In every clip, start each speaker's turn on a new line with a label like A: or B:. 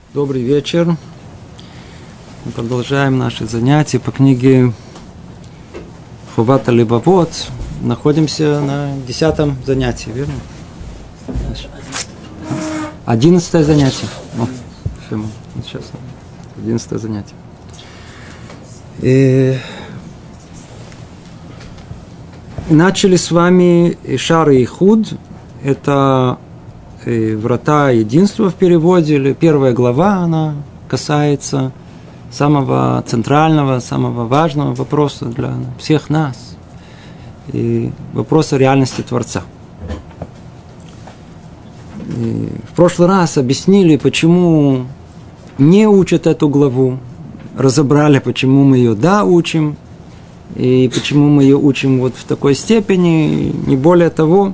A: Добрый вечер. Мы продолжаем наши занятия по книге Ховат Левавот. Находимся на 10-м занятии, верно? 11-е занятие. Сейчас 11-е занятие. Начали с вами Шар Ихуд. Это врата единства в переводе, или первая глава, она касается самого центрального, самого важного вопроса для всех нас, и вопроса реальности Творца. И в прошлый раз объяснили, почему не учат эту главу, разобрали, почему мы ее учим, и почему мы ее учим вот в такой степени, не более того.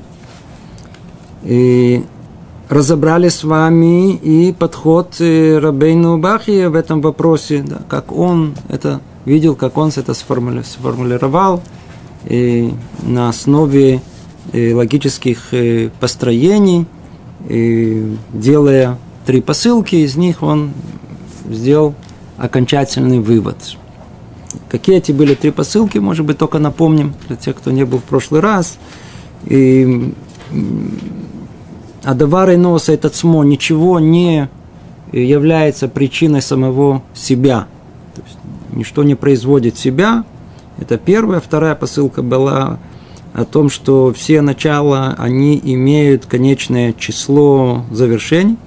A: И разобрали с вами и подход Рабейну Бахия в этом вопросе, да, как он это видел, как он это сформулировал, и на основе логических построений, и делая 3 посылки, из них он сделал окончательный вывод. Какие эти были 3 посылки, может быть, только напомним для тех, кто не был в прошлый раз. И Адавар Эйнос этот смо ничего не является причиной самого себя. То есть ничто не производит себя. Это первая. Вторая посылка была о том, что все начала, они имеют конечное число завершений.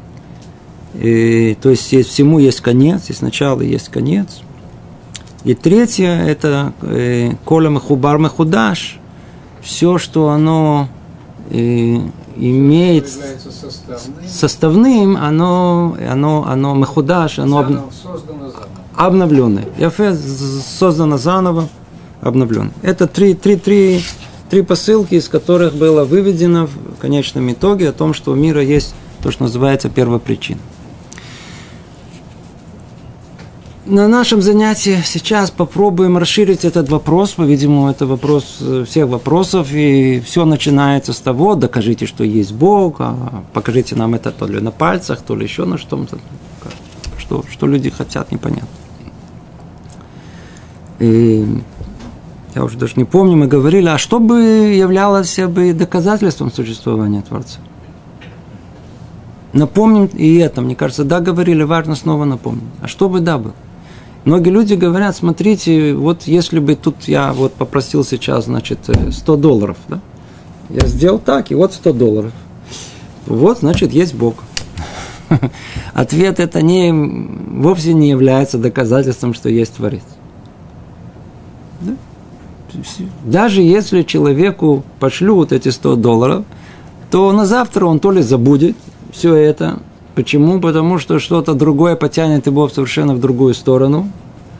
A: То есть всему есть конец, есть начало, есть конец. И третье, это Коля Мехубар Мехудаш. Все, что оно имеет составным, оно мехудаш, оно обновленное. Яфе создано заново, обновленное. Это три посылки, из которых было выведено в конечном итоге о том, что у мира есть то, что называется первопричина. На нашем занятии сейчас попробуем расширить этот вопрос. По-видимому, это вопрос всех вопросов, и все начинается с того: докажите, что есть Бог, покажите нам это то ли на пальцах, то ли еще на что-то. Что люди хотят, непонятно. И я уже даже не помню, мы говорили, а что бы являлось бы доказательством существования Творца? Напомним и это, мне кажется, говорили, важно снова напомнить. А что бы было? Многие люди говорят, смотрите, вот если бы тут я вот попросил сейчас, значит, $100, да? Я сделал так, и вот $100. Вот, значит, есть Бог. Ответ это вовсе не является доказательством, что есть Творец. Да? Даже если человеку пошлют эти $100, то на завтра он то ли забудет все это. Почему? Потому что что-то другое потянет его совершенно в другую сторону.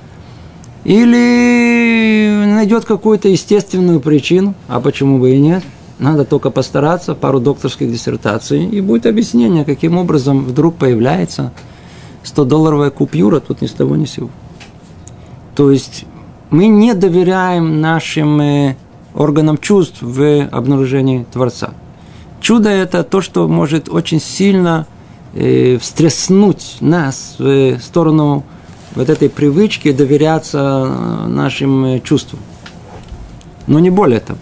A: Или найдет какую-то естественную причину. А почему бы и нет? Надо только постараться, пару докторских диссертаций, и будет объяснение, каким образом вдруг появляется $100 купюра тут ни с того ни с сего. То есть мы не доверяем нашим органам чувств в обнаружении Творца. Чудо – это то, что может очень сильно встряснуть нас в сторону вот этой привычки доверяться нашим чувствам. Но не более того.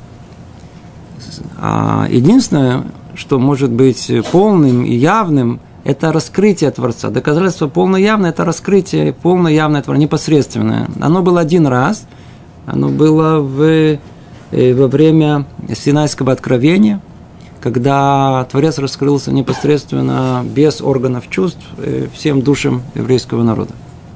A: А единственное, что может быть полным и явным, это раскрытие Творца. Доказательство полно-явное – это раскрытие, полно-явное Творца, непосредственное. Оно было один раз, оно было во время Синайского откровения, когда Творец раскрылся непосредственно без органов чувств всем душам еврейского народа.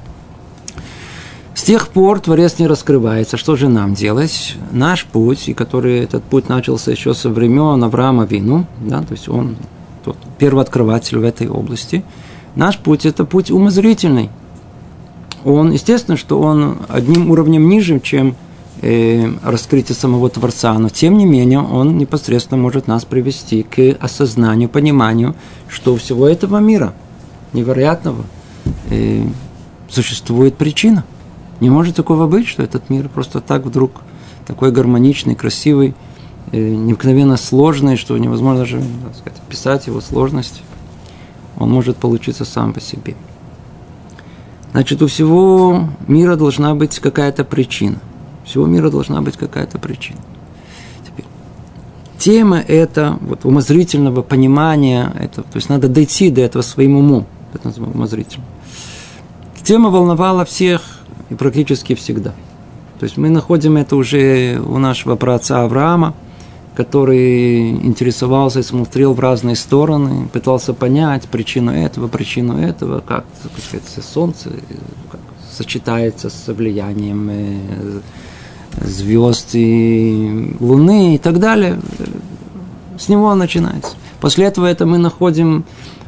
A: С тех пор Творец не раскрывается. Что же нам делать? Наш путь, и этот путь начался еще со времен Авраама Авину, да, то есть он тот первооткрыватель в этой области. Наш путь – это путь умозрительный. Естественно, что он одним уровнем ниже, чем раскрытие самого Творца, но тем не менее он непосредственно может нас привести к осознанию, пониманию, что у всего этого мира невероятного существует причина. Не может такого быть, что этот мир просто так вдруг такой гармоничный, красивый, необыкновенно сложный, что невозможно даже, так сказать, описать его сложность. он может получиться сам по себе. Значит, у всего мира должна быть какая-то причина. У всего мира должна быть какая-то причина. Теперь, тема эта, вот умозрительного понимания, это, то есть надо дойти до этого своим умом, это называется умозрительно. Тема волновала всех и практически всегда. То есть мы находим это уже у нашего праотца Авраама, который интересовался и смотрел в разные стороны, пытался понять причину этого, как, так сказать, солнце как сочетается с влиянием звезд и луны и так далее. С него начинается. После этого это мы находим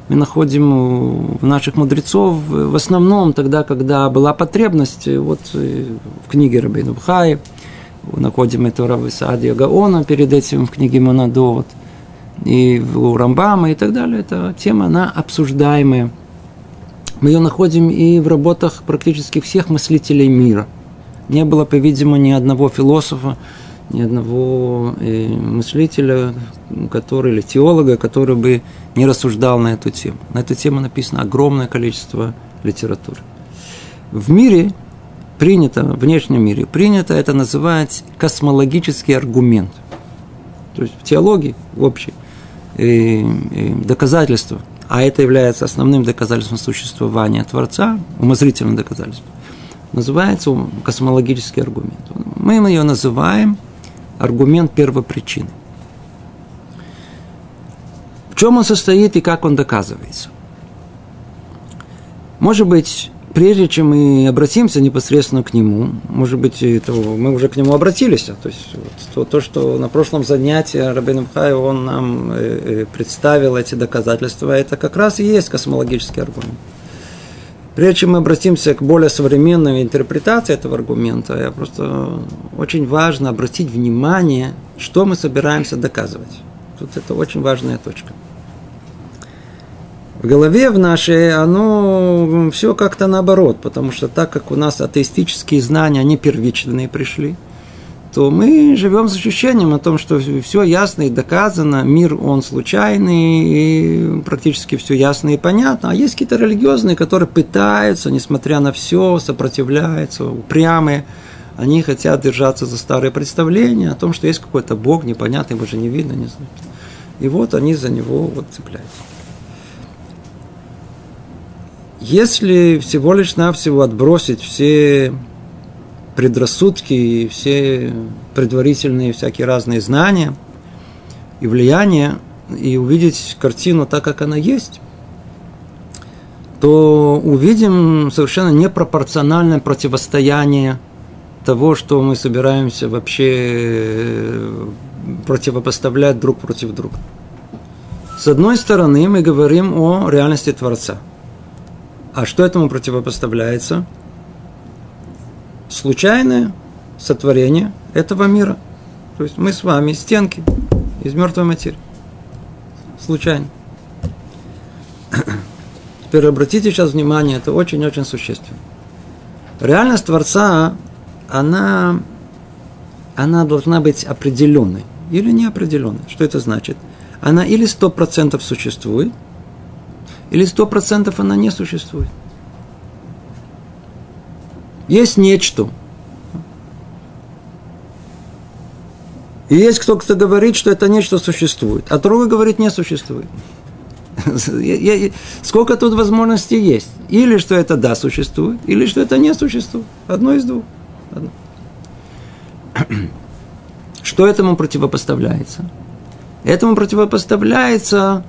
A: в наших мудрецов в основном тогда, когда была потребность, вот в книге Рабейну Бхаи, находим это у Рава Саадия Гаона, перед этим в книге Монадот, и у Рамбама и так далее. Эта тема, она обсуждаемая. Мы ее находим и в работах практически всех мыслителей мира. Не было, по-видимому, ни одного философа, ни одного мыслителя, или теолога, который бы не рассуждал на эту тему. На эту тему написано огромное количество литературы. В мире принято, в внешнем мире принято это называть космологический аргумент. То есть в теологии, в общей, доказательство, а это является основным доказательством существования Творца, умозрительным доказательством, называется космологический аргумент. Мы ее называем аргумент первопричины. В чем он состоит и как он доказывается? Может быть, прежде чем мы обратимся непосредственно к нему, может быть, мы уже к нему обратились. То есть то, что на прошлом занятии Рабейну Бхай, он нам представил эти доказательства, это как раз и есть космологический аргумент. Прежде чем мы обратимся к более современной интерпретации этого аргумента, очень важно обратить внимание, что мы собираемся доказывать. Тут это очень важная точка. В голове в нашей оно все как-то наоборот, потому что так как у нас атеистические знания, они первичные пришли, то мы живем с ощущением о том, что все ясно и доказано, мир он случайный, и практически все ясно и понятно. А есть какие-то религиозные, которые пытаются, несмотря на все, сопротивляются, упрямые, они хотят держаться за старые представления о том, что есть какой-то Бог непонятный, его же не видно, не знаю. И вот они за него цепляются. Если всего лишь навсего отбросить все предрассудки и все предварительные всякие разные знания и влияния, и увидеть картину так, как она есть, то увидим совершенно непропорциональное противостояние того, что мы собираемся вообще противопоставлять друг против друга. С одной стороны, мы говорим о реальности Творца. А что этому противопоставляется? Случайное сотворение этого мира. То есть мы с вами стенки из мертвой материи. Случайно. Теперь обратите сейчас внимание, это очень-очень существенно. Реальность Творца, она должна быть определенной или неопределенной. Что это значит? Она или 100% существует, или 100% она не существует. Есть нечто. И есть кто-то говорит, что это нечто существует, а другой говорит, не существует. Сколько тут возможностей есть? Или что это да существует, или что это не существует. Одно из двух. Что этому противопоставляется? Этому противопоставляется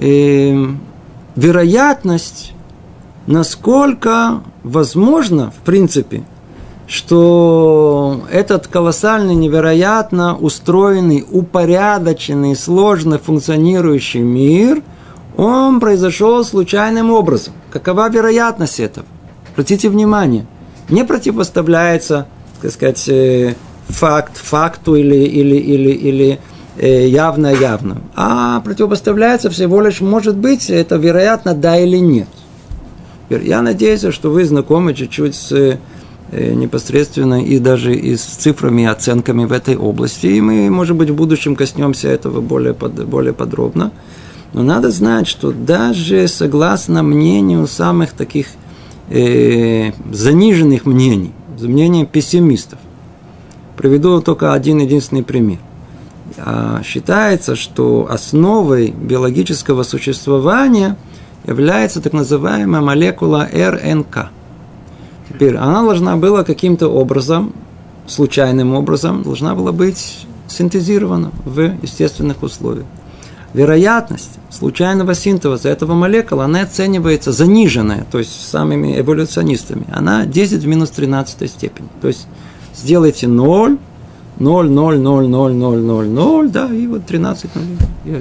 A: вероятность, насколько возможно, в принципе, что этот колоссальный, невероятно устроенный, упорядоченный, сложно функционирующий мир, он произошел случайным образом. Какова вероятность этого? Обратите внимание, не противопоставляется, так сказать, факт факту или явное явному, а противопоставляется всего лишь, может быть, это вероятно, да или нет. Я надеюсь, что вы знакомы чуть-чуть с непосредственно и даже и с цифрами и оценками в этой области, и мы, может быть, в будущем коснемся этого более подробно. Но надо знать, что даже согласно мнению самых таких заниженных мнений, мнением пессимистов, приведу только один единственный пример. Считается, что основой биологического существования является так называемая молекула РНК. Теперь она должна была каким-то образом, случайным образом, должна была быть синтезирована в естественных условиях. Вероятность случайного синтеза этого молекулы, она оценивается заниженная, то есть самыми эволюционистами, она 10 в минус 13 степени. То есть сделайте 0, 0, 0, 0, 0, 0, 0, 0, да, и вот 13, 0 и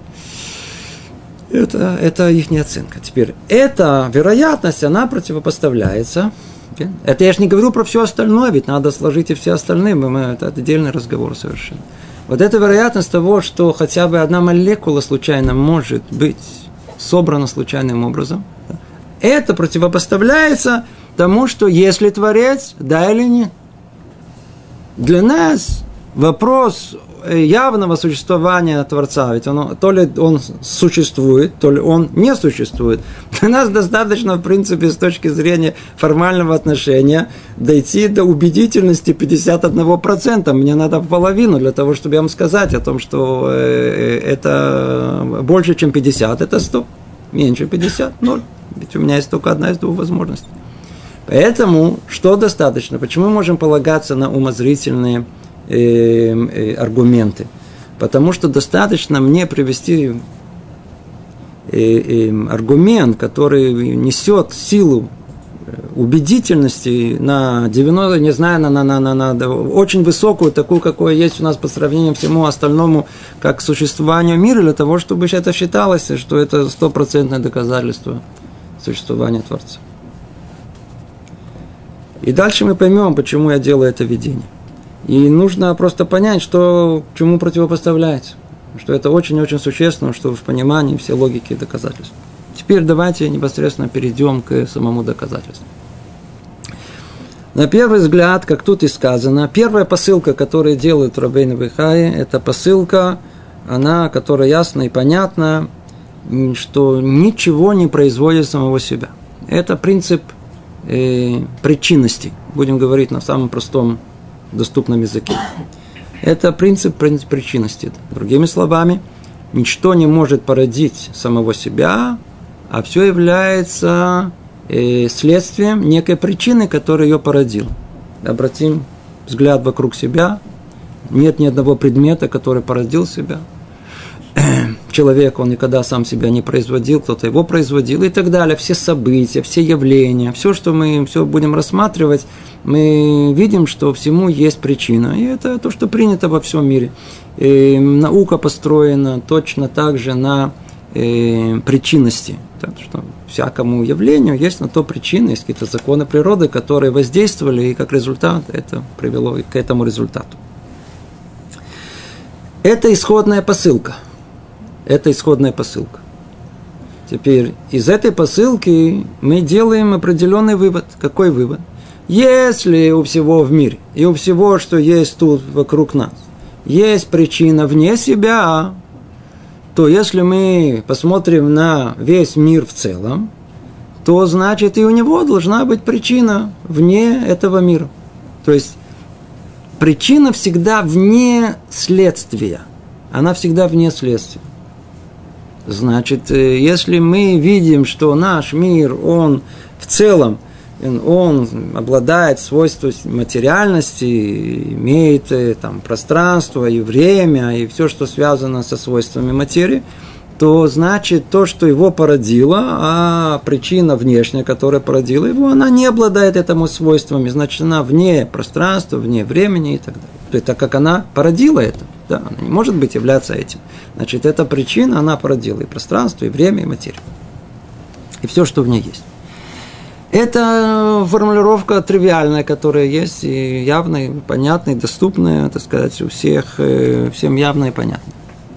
A: 1. Это их оценка. Теперь, эта вероятность, она противопоставляется. Это я же не говорю про все остальное, ведь надо сложить и все остальные, это отдельный разговор совершенно. Вот эта вероятность того, что хотя бы одна молекула случайно может быть собрана случайным образом, это противопоставляется тому, что если Творец, да или нет. Для нас вопрос явного существования Творца, ведь то ли он существует, то ли он не существует. Для нас достаточно, в принципе, с точки зрения формального отношения, дойти до убедительности 51%. Мне надо половину для того, чтобы вам сказать о том, что это больше, чем 50, это 100. Меньше 50, 0. Ведь у меня есть только одна из двух возможностей. Поэтому, что достаточно? Почему мы можем полагаться на умозрительные аргументы? Потому что достаточно мне привести аргумент, который несет силу убедительности на 90, не знаю, на очень высокую, такую, какое есть у нас по сравнению всему остальному, как существованию мира, для того, чтобы это считалось, что это 100% доказательство существования Творца. И дальше мы поймем, почему я делаю это видение. И нужно просто понять, что чему противопоставляется. Что это очень-очень существенно, что в понимании все логики и доказательства. Теперь давайте непосредственно перейдем к самому доказательству. На первый взгляд, как тут и сказано, первая посылка, которую делают Рабейну Бехай, это посылка, которая ясна и понятна, что ничего не производит самого себя. Это принцип причинности. Будем говорить на самом простом, доступном языке. Это принцип причинности. Другими словами, ничто не может породить самого себя, а все является следствием некой причины, которая ее породила. Обратим взгляд вокруг себя. Нет ни одного предмета, который породил себя. Человек, он никогда сам себя не производил, кто-то его производил и так далее. Все события, все явления, все, что мы будем рассматривать, мы видим, что всему есть причина. И это то, что принято во всем мире. И наука построена точно так же на причинности. Так что всякому явлению есть на то причины, есть какие-то законы природы, которые воздействовали, и как результат это привело к этому результату. Это исходная посылка. Это исходная посылка. Теперь из этой посылки мы делаем определенный вывод. Какой вывод? Если у всего в мире и у всего, что есть тут вокруг нас, есть причина вне себя, то если мы посмотрим на весь мир в целом, то значит и у него должна быть причина вне этого мира. То есть причина всегда вне следствия. Она всегда вне следствия. Значит, если мы видим, что наш мир, он в целом, он обладает свойством материальности, имеет там пространство и время, и все, что связано со свойствами материи, то значит то, что его породило, а причина внешняя, которая породила его, она не обладает этому свойствами, значит, она вне пространства, вне времени и так далее. То есть, так как она породила это, да, она не может быть являться этим. Значит, эта причина, она породила и пространство, и время, и материю. И все, что в ней есть. Это формулировка тривиальная, которая есть, и явная, и понятная, и доступная, так сказать, у всех, всем явная и понятная.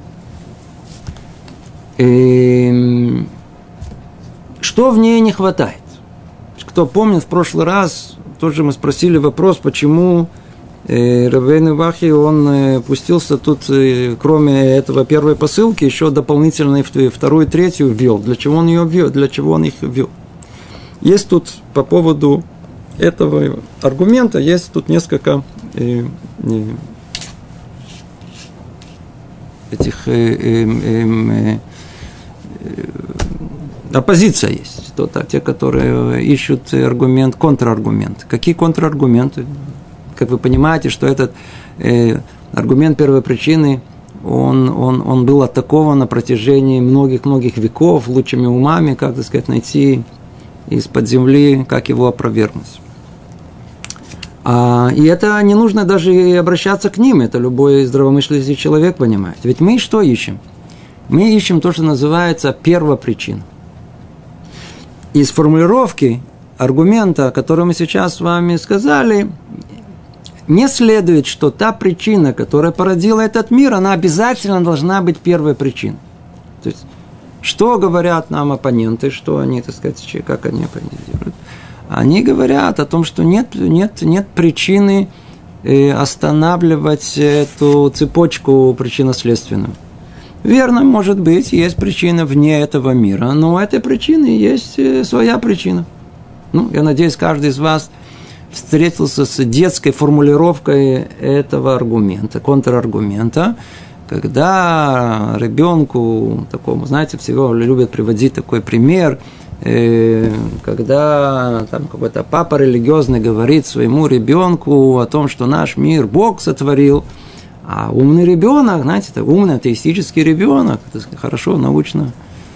A: И что в ней не хватает? Кто помнит, в прошлый раз тоже мы спросили вопрос, почему Рабейну Бахи, он пустился тут, кроме этого первой посылки, еще дополнительно вторую и третью ввел. Для чего он ее ввел? Для чего он их ввел? Есть тут по поводу этого аргумента, есть тут несколько этих оппозиция есть. Те, которые ищут аргумент, контраргумент. Какие контраргументы? Как вы понимаете, что этот аргумент первой причины, он был атакован на протяжении многих-многих веков лучшими умами, как, так сказать, найти из-под земли, как его опровергнуть. И это не нужно даже обращаться к ним, это любой здравомыслящий человек понимает. Ведь мы что ищем? Мы ищем то, что называется первопричина. Из формулировки аргумента, который мы сейчас с вами сказали, не следует, что та причина, которая породила этот мир, она обязательно должна быть первой причиной. То есть, что говорят нам оппоненты, что они, так сказать, как они оппонентируют? Они говорят о том, что нет причины останавливать эту цепочку причинно-следственную. Верно, может быть, есть причина вне этого мира, но у этой причины есть своя причина. Я надеюсь, каждый из вас встретился с детской формулировкой этого аргумента, контраргумента, когда ребенку такому, знаете, всего любят приводить такой пример, когда там какой-то папа религиозный говорит своему ребенку о том, что наш мир Бог сотворил, а умный ребенок, знаете, это умный атеистический ребенок, это хорошо, научно.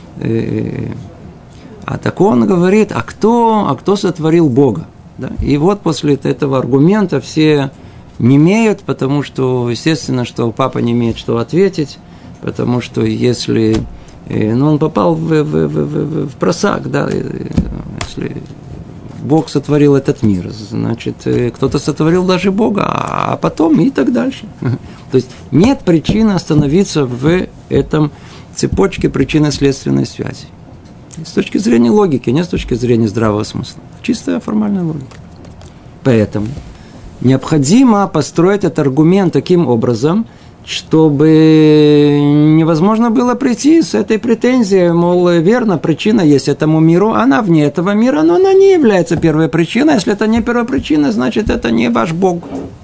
A: А так он говорит, а кто сотворил Бога? Да? И вот после этого аргумента все немеют, потому что, естественно, что папа не имеет что ответить, потому что если он попал в просак, да, если Бог сотворил этот мир, значит, кто-то сотворил даже Бога, а потом и так дальше. То есть нет причины остановиться в этом цепочке причинно-следственной связи. С точки зрения логики, не с точки зрения здравого смысла. Чистая формальная логика. Поэтому необходимо построить этот аргумент таким образом, чтобы невозможно было прийти с этой претензией, мол, верно, причина есть этому миру, она вне этого мира, но она не является первой причиной. Если это не первая причина, значит, это не ваш Бог.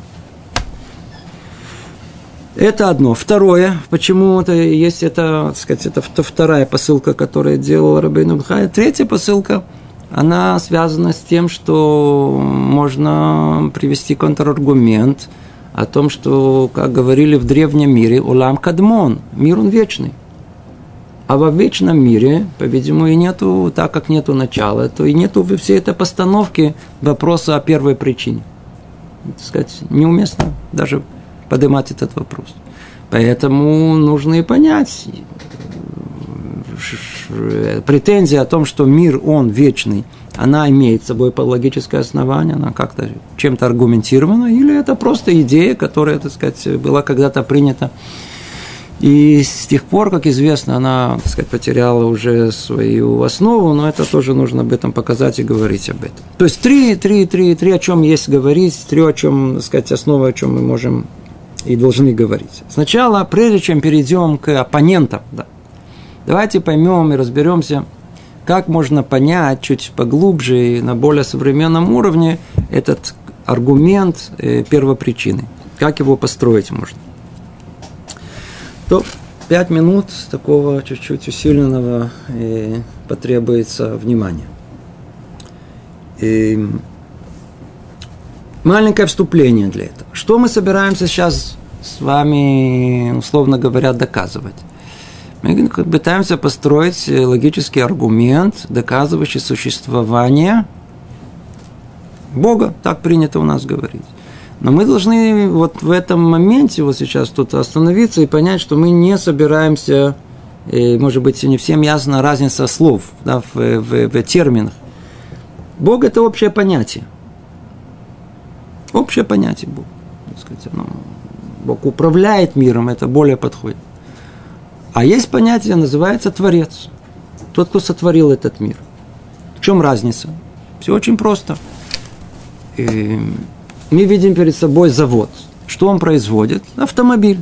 A: Это одно. Второе, почему-то есть это, так сказать, это вторая посылка, которую делал Рабейну Бахай. Третья посылка, она связана с тем, что можно привести контраргумент о том, что, как говорили в древнем мире, улам кадмон, мир он вечный. А во вечном мире, по-видимому, и нету, так как нету начала, то и нету всей этой постановки вопроса о первой причине. Так сказать, неуместно даже поднимать этот вопрос. Поэтому нужно и понять, претензия о том, что мир, он вечный, она имеет с собой логическое основание, она как-то чем-то аргументирована, или это просто идея, которая, так сказать, была когда-то принята. И с тех пор, как известно, она, так сказать, потеряла уже свою основу, но это тоже нужно об этом показать и говорить об этом. То есть три, о чем есть говорить, три, о чем, так сказать, основа, о чем мы можем и должны говорить. Сначала, прежде чем перейдем к оппонентам, да, давайте поймем и разберемся, как можно понять чуть поглубже и на более современном уровне этот аргумент первопричины. Как его построить можно. То 5 минут такого чуть-чуть усиленного потребуется внимания. Маленькое вступление для этого. Что мы собираемся сейчас с вами, условно говоря, доказывать? Мы пытаемся построить логический аргумент, доказывающий существование Бога, так принято у нас говорить. Но мы должны вот в этом моменте вот сейчас тут остановиться и понять, что мы не собираемся, может быть, не всем ясна разница слов, да, в терминах. Бог – это общее понятие. Общее понятие Бога. Бог управляет миром, это более подходит. А есть понятие, называется Творец. Тот, кто сотворил этот мир. В чем разница? Все очень просто. мы видим перед собой завод. Что он производит? Автомобиль.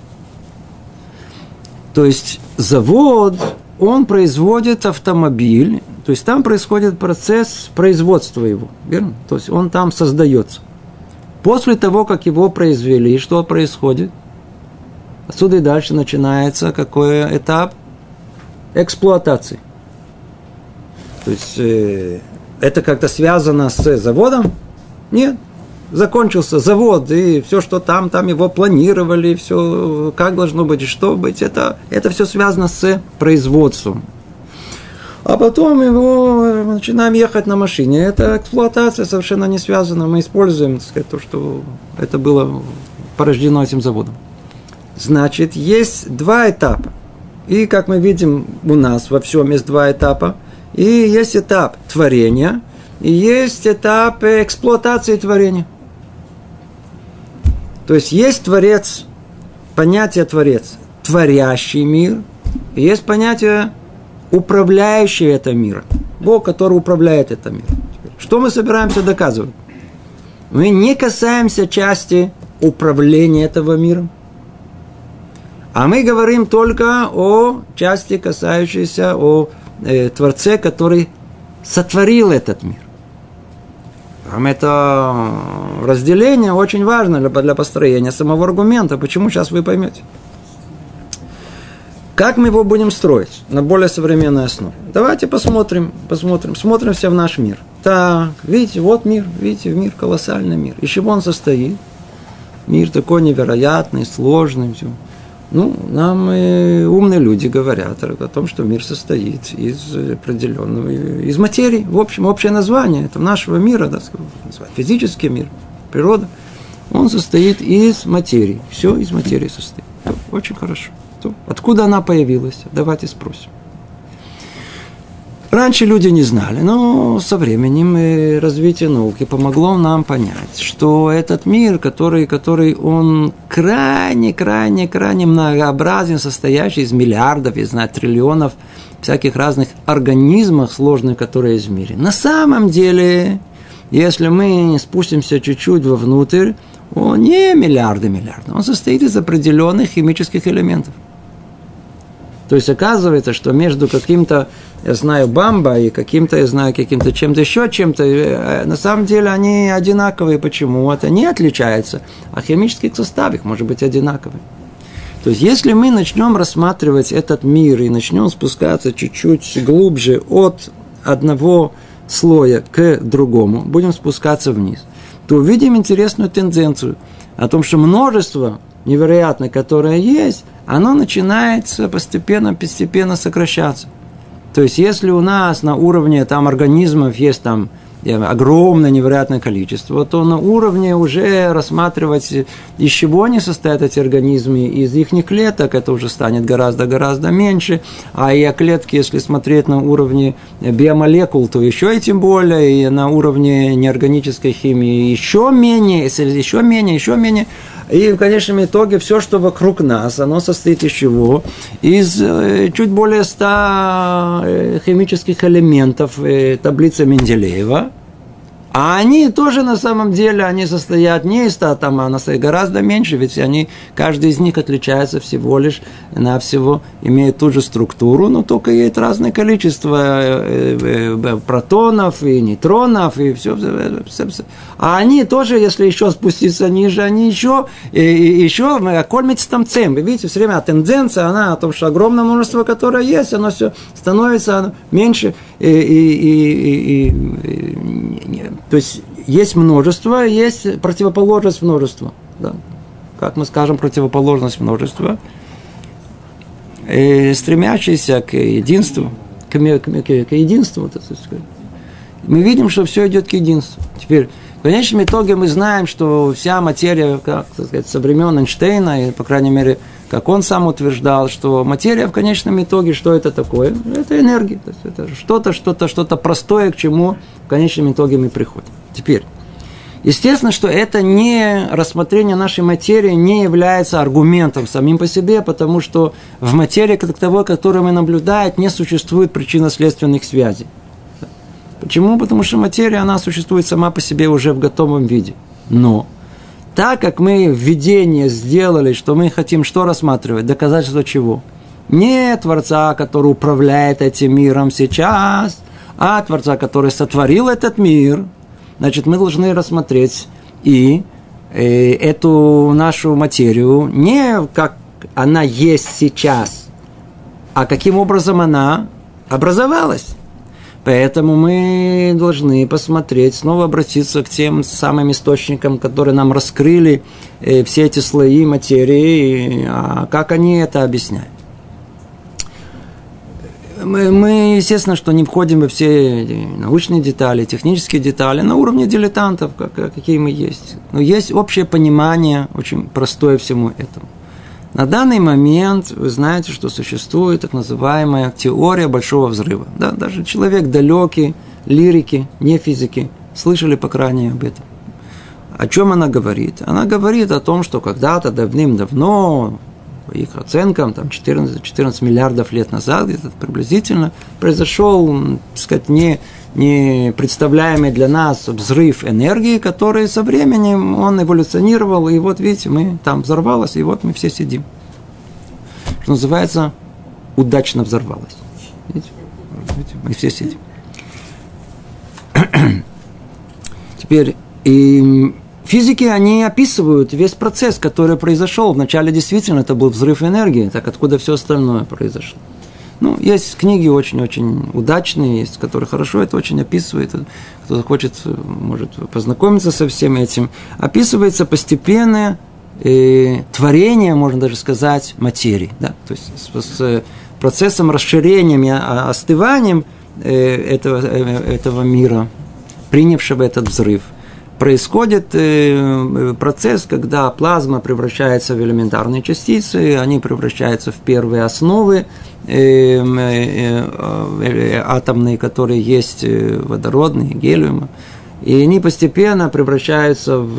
A: То есть завод, он производит автомобиль, то есть там происходит процесс производства его, верно? То есть он там создается. После того, как его произвели, что происходит? Отсюда и дальше начинается какой этап? Эксплуатации. То есть это как-то связано с заводом? Нет. Закончился завод, и все, что там его планировали, все, как должно быть и что быть, это все связано с производством. А потом мы начинаем ехать на машине. Это эксплуатация совершенно не связана. Мы используем, так сказать, то, что это было порождено этим заводом. Значит, есть два этапа. И, как мы видим, у нас во всем есть два этапа. И есть этап творения, и есть этап эксплуатации творения. То есть Творец, понятие Творец, творящий мир, и есть понятие управляющий это мир. Бог, который управляет это мир. Что мы собираемся доказывать? Мы не касаемся части управления этого мира, а мы говорим только о части, касающейся о Творце, который сотворил этот мир. Это разделение очень важно для построения самого аргумента. Почему, сейчас вы поймете. Как мы его будем строить на более современной основе? Давайте посмотрим. Смотримся в наш мир. Так, видите, вот мир. Видите, мир, колоссальный мир. Из чего он состоит? Мир такой невероятный, сложный. Все. Нам умные люди говорят о том, что мир состоит из определенного, из материи. В общем, общее название этого нашего мира, да, физический мир, природа, он состоит из материи. Все из материи состоит. Очень хорошо. Откуда она появилась? Давайте спросим. Раньше люди не знали, но со временем развитие науки помогло нам понять, что этот мир, который он крайне многообразен, состоящий из миллиардов, я знаю, триллионов всяких разных организмов сложных, которые есть в мире. На самом деле, если мы спустимся чуть-чуть вовнутрь, он не миллиарды, он состоит из определенных химических элементов. То есть оказывается, что между каким-то, я знаю, бамба и каким-то, я знаю, каким-то чем-то еще чем-то, на самом деле они одинаковые. Почему? Это не отличается, а химический состав их может быть одинаковый. То есть если мы начнем рассматривать этот мир и начнем спускаться чуть-чуть глубже от одного слоя к другому, будем спускаться вниз, то увидим интересную тенденцию о том, что множество невероятное, которое есть, оно начинает постепенно сокращаться. То есть, если у нас на уровне организмов есть огромное невероятное количество, то на уровне уже рассматривать, из чего они состоят, эти организмы, из их клеток, это уже станет гораздо меньше. А и клетки, если смотреть на уровне биомолекул, то еще и тем более, и на уровне неорганической химии еще менее. И в конечном итоге все, что вокруг нас, оно состоит из чего? Из чуть более 100 химических элементов таблицы Менделеева. А они тоже на самом деле, они состоят не из 100, а состоят гораздо меньше, ведь каждый из них отличается всего лишь навсего, имеет ту же структуру, но только есть разное количество протонов и нейтронов, и все. А они тоже, если еще спуститься ниже, они еще кормятся там цем. Вы видите, все время тенденция, она о том, что огромное множество, которое есть, оно все становится меньше, то есть есть множество, есть противоположность множества. Да. Как мы скажем, противоположность множества, стремящаяся к единству, к единству. Мы видим, что все идет к единству. Теперь, в конечном итоге мы знаем, что вся материя, со времен Эйнштейна, и, по крайней мере, как он сам утверждал, что материя в конечном итоге, что это такое? Это энергия. То есть это что-то простое, к чему в конечном итоге мы приходим. Теперь, естественно, что это не рассмотрение нашей материи не является аргументом самим по себе, потому что в материи, как таковой, которую мы наблюдаем, не существует причинно-следственных связей. Почему? Потому что материя, она существует сама по себе уже в готовом виде. Но так как мы введение сделали, что мы хотим что рассматривать? Доказательство чего? Не Творца, который управляет этим миром сейчас, а Творца, который сотворил этот мир. Значит, мы должны рассмотреть и эту нашу материю не как она есть сейчас, а каким образом она образовалась. Поэтому мы должны посмотреть, снова обратиться к тем самым источникам, которые нам раскрыли все эти слои материи, как они это объясняют. Мы, естественно, что не входим во все научные детали, технические детали, на уровне дилетантов, какие мы есть. Но есть общее понимание, очень простое всему этому. На данный момент вы знаете, что существует так называемая теория Большого Взрыва. Да, даже человек далекий, лирики, не физики, слышали, по крайней мере, об этом. О чем она говорит? Она говорит о том, что когда-то давным-давно, по их оценкам, там 14 миллиардов лет назад, где-то приблизительно, произошел, так сказать, не представляемый для нас взрыв энергии, который со временем он эволюционировал, и вот видите, мы там взорвалось, и вот мы все сидим. Что называется, удачно взорвалось. Видите, мы все сидим. Теперь, физики, они описывают весь процесс, который произошел. Вначале действительно это был взрыв энергии, так откуда все остальное произошло. Ну, есть книги очень-очень удачные, есть, которые хорошо это очень описывают. Кто хочет, может познакомиться со всем этим. Описывается постепенное творение, можно даже сказать, материи. Да? То есть с процессом расширения и остыванием этого мира, принявшего этот взрыв, происходит процесс, когда плазма превращается в элементарные частицы, они превращаются в первые основы атомные, которые есть водородные, гелиум, и они постепенно превращаются в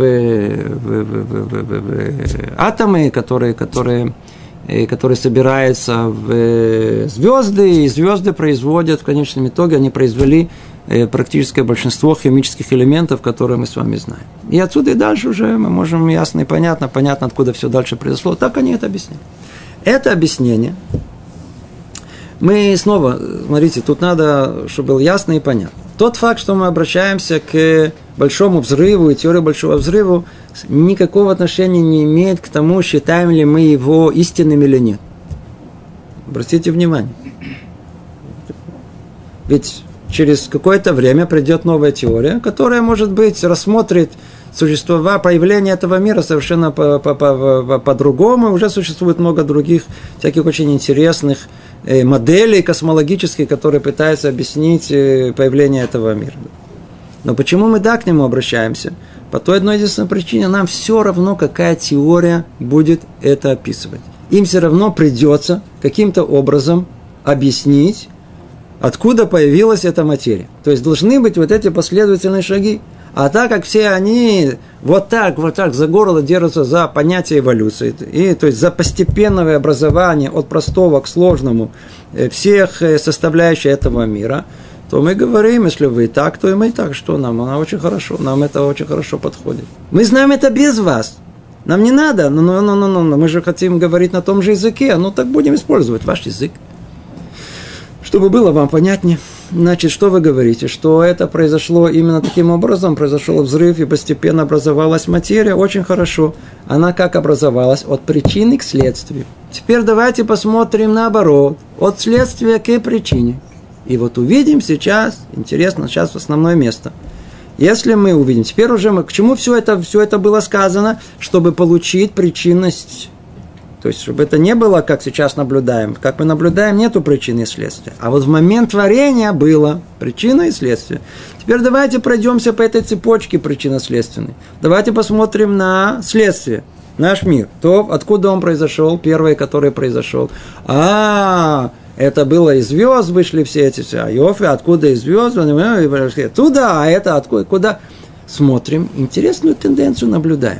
A: атомы, которые собираются в звезды, и звезды производят, в конечном итоге, они произвели практическое большинство химических элементов, которые мы с вами знаем. И отсюда и дальше уже мы можем ясно и понятно, откуда все дальше произошло. Так они это объясняют. Это объяснение мы снова, смотрите, тут надо, чтобы было ясно и понятно. Тот факт, что мы обращаемся к большому взрыву и теории большого взрыва, никакого отношения не имеет к тому, считаем ли мы его истинным или нет. Обратите внимание. Ведь через какое-то время придет новая теория, которая, может быть, рассмотрит появление этого мира совершенно по-другому. Уже существует много других всяких очень интересных моделей космологических, которые пытаются объяснить появление этого мира. Но почему мы к нему обращаемся? По той одной единственной причине, нам все равно, какая теория будет это описывать. Им все равно придется каким-то образом объяснить, откуда появилась эта материя. То есть должны быть вот эти последовательные шаги. А так как все они вот так за горло держатся за понятие эволюции, и, то есть за постепенное образование от простого к сложному всех составляющих этого мира, то мы говорим, если вы так, то и мы так, что нам очень хорошо, нам это очень хорошо подходит. Мы знаем это без вас. Нам не надо, но мы же хотим говорить на том же языке, так будем использовать ваш язык. Чтобы было вам понятнее, значит, что вы говорите? Что это произошло именно таким образом, произошел взрыв и постепенно образовалась материя, очень хорошо. Она как образовалась? От причины к следствию. Теперь давайте посмотрим наоборот, от следствия к причине. И вот увидим сейчас, интересно, сейчас основное место. Если мы увидим, теперь уже к чему все это было сказано, чтобы получить причинность. То есть, чтобы это не было, как сейчас наблюдаем. Как мы наблюдаем, нету причины и следствия. А вот в момент творения было причина и следствие. Теперь давайте пройдемся по этой цепочке причинно-следственной. Давайте посмотрим на следствие. Наш мир. То, откуда он произошел, первый, который произошел. Это было из звезд, вышли все эти айофи, откуда из звезд, туда, а это откуда, куда. Смотрим, интересную тенденцию наблюдаем.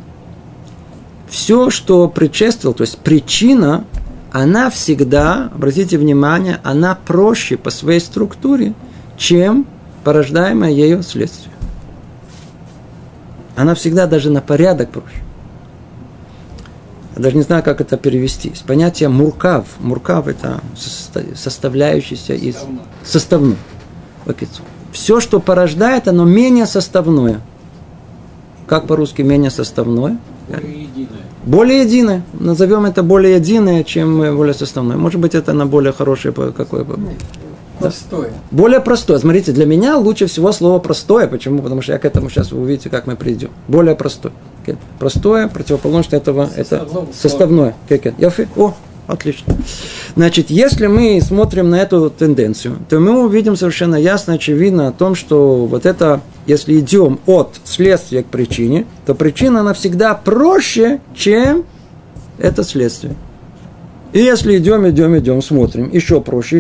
A: Все, что предшествовало, то есть причина, она всегда, обратите внимание, она проще по своей структуре, чем порождаемое ею следствие. Она всегда даже на порядок проще. Я даже не знаю, как это перевести. С понятия муркав. Муркав – это составляющийся из... Составной. Все, что порождает, оно менее составное. Как по-русски менее составное?
B: Более единое.
A: Более единое. Назовем это более единое, чем более составное. Может быть, это на более хорошее какое бы.
B: Простое.
A: Более простое. Смотрите, для меня лучше всего слово простое. Почему? Потому что я к этому сейчас, вы увидите, как мы придем. Более простое. Простое, противоположность этого, это составное. О, отлично. Значит, если мы смотрим на эту тенденцию, то мы увидим совершенно ясно, очевидно о том, что вот это, если идем от следствия к причине, то причина, она всегда проще, чем это следствие. И если идем, смотрим, еще проще.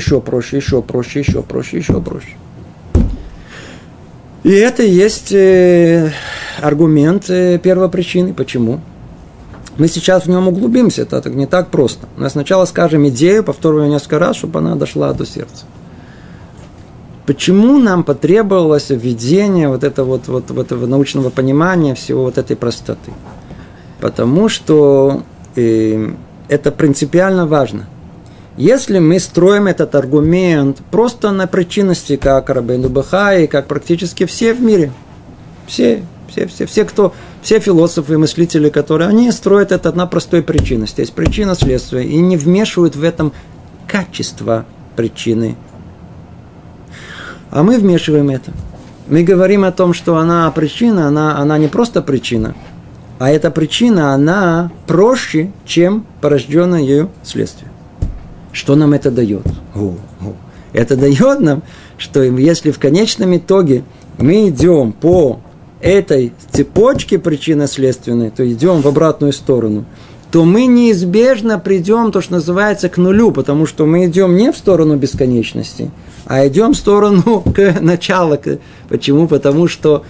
A: И это и есть аргумент первопричины. Почему? Мы сейчас в нем углубимся, это не так просто. Но сначала скажем идею, повторю ее несколько раз, чтобы она дошла до сердца. Почему нам потребовалось введение вот этого научного понимания всего вот этой простоты? Потому что это принципиально важно. Если мы строим этот аргумент просто на причинности, как Рабейну Бахай, как практически все в мире, все философы и мыслители, которые они строят это на простой причинности. Есть причина следствия и не вмешивают в этом качество причины. А мы вмешиваем это. Мы говорим о том, что она причина, она не просто причина, а эта причина, она проще, чем порожденное ею следствие. Что нам это дает? Это дает нам, что если в конечном итоге мы идем по этой цепочке причинно-следственной, то идем в обратную сторону, то мы неизбежно придем, то, что называется, к нулю, потому что мы идем не в сторону бесконечности, а идем в сторону к началу. Почему? Потому что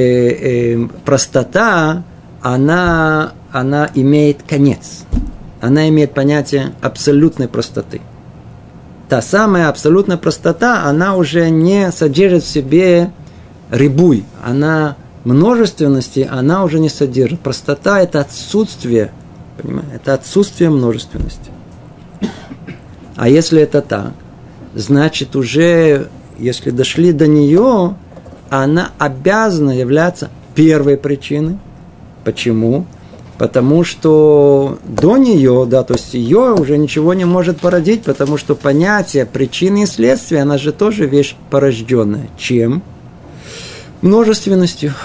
A: простота, она имеет конец. Она имеет понятие абсолютной простоты. Та самая абсолютная простота, она уже не содержит в себе рибуй. Она множественности, она уже не содержит. Простота – это отсутствие, понимаете? Это отсутствие множественности. А если это так, значит уже, если дошли до нее, она обязана являться первой причиной. Почему? Потому что до нее, то есть ее уже ничего не может породить, потому что понятие причины и следствия, она же тоже вещь порожденная. Чем? Множественностью.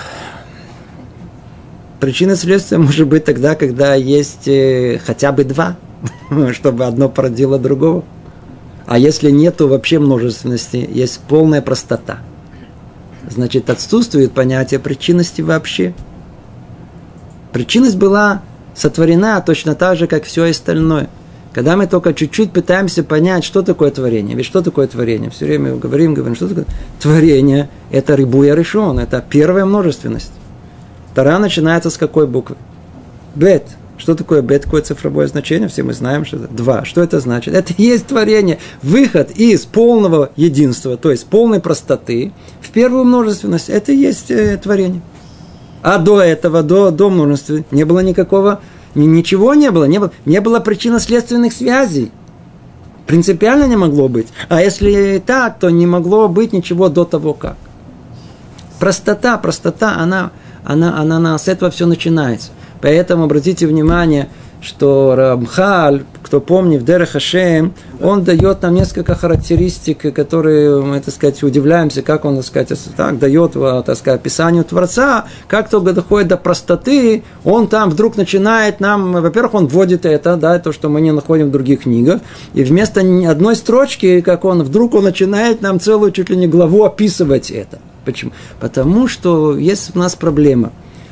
A: Причина и следствие может быть тогда, когда есть хотя бы два, чтобы одно породило другого. А если нету вообще множественности, есть полная простота. Значит, отсутствует понятие причинности вообще. Причинность была сотворена точно так же, как все остальное. Когда мы только чуть-чуть пытаемся понять, что такое творение. Ведь что такое творение? Все время говорим, что такое творение. Это рибуя решен, это первая множественность. Тора начинается с какой буквы? Бет. Что такое бет? Какое цифровое значение? Все мы знаем, что это 2. Что это значит? Это и есть творение. Выход из полного единства, то есть полной простоты, в первую множественность. Это и есть творение. А до этого, до множества, не было никакого, ничего не было причинно-следственных связей. Принципиально не могло быть. А если так, то не могло быть ничего до того как. Простота, она с этого все начинается. Поэтому обратите внимание, что Рамхаль, кто помнит, в Дерех Хашем, он дает нам несколько характеристик, которые, мы, так сказать, удивляемся, как он, так сказать, так, дает, так сказать, описанию Творца, как только доходит до простоты, он там вдруг начинает нам, во-первых, он вводит это, то, что мы не находим в других книгах, и вместо одной строчки, как он, вдруг он начинает нам целую чуть ли не главу описывать это. Почему? Потому что есть у нас проблема.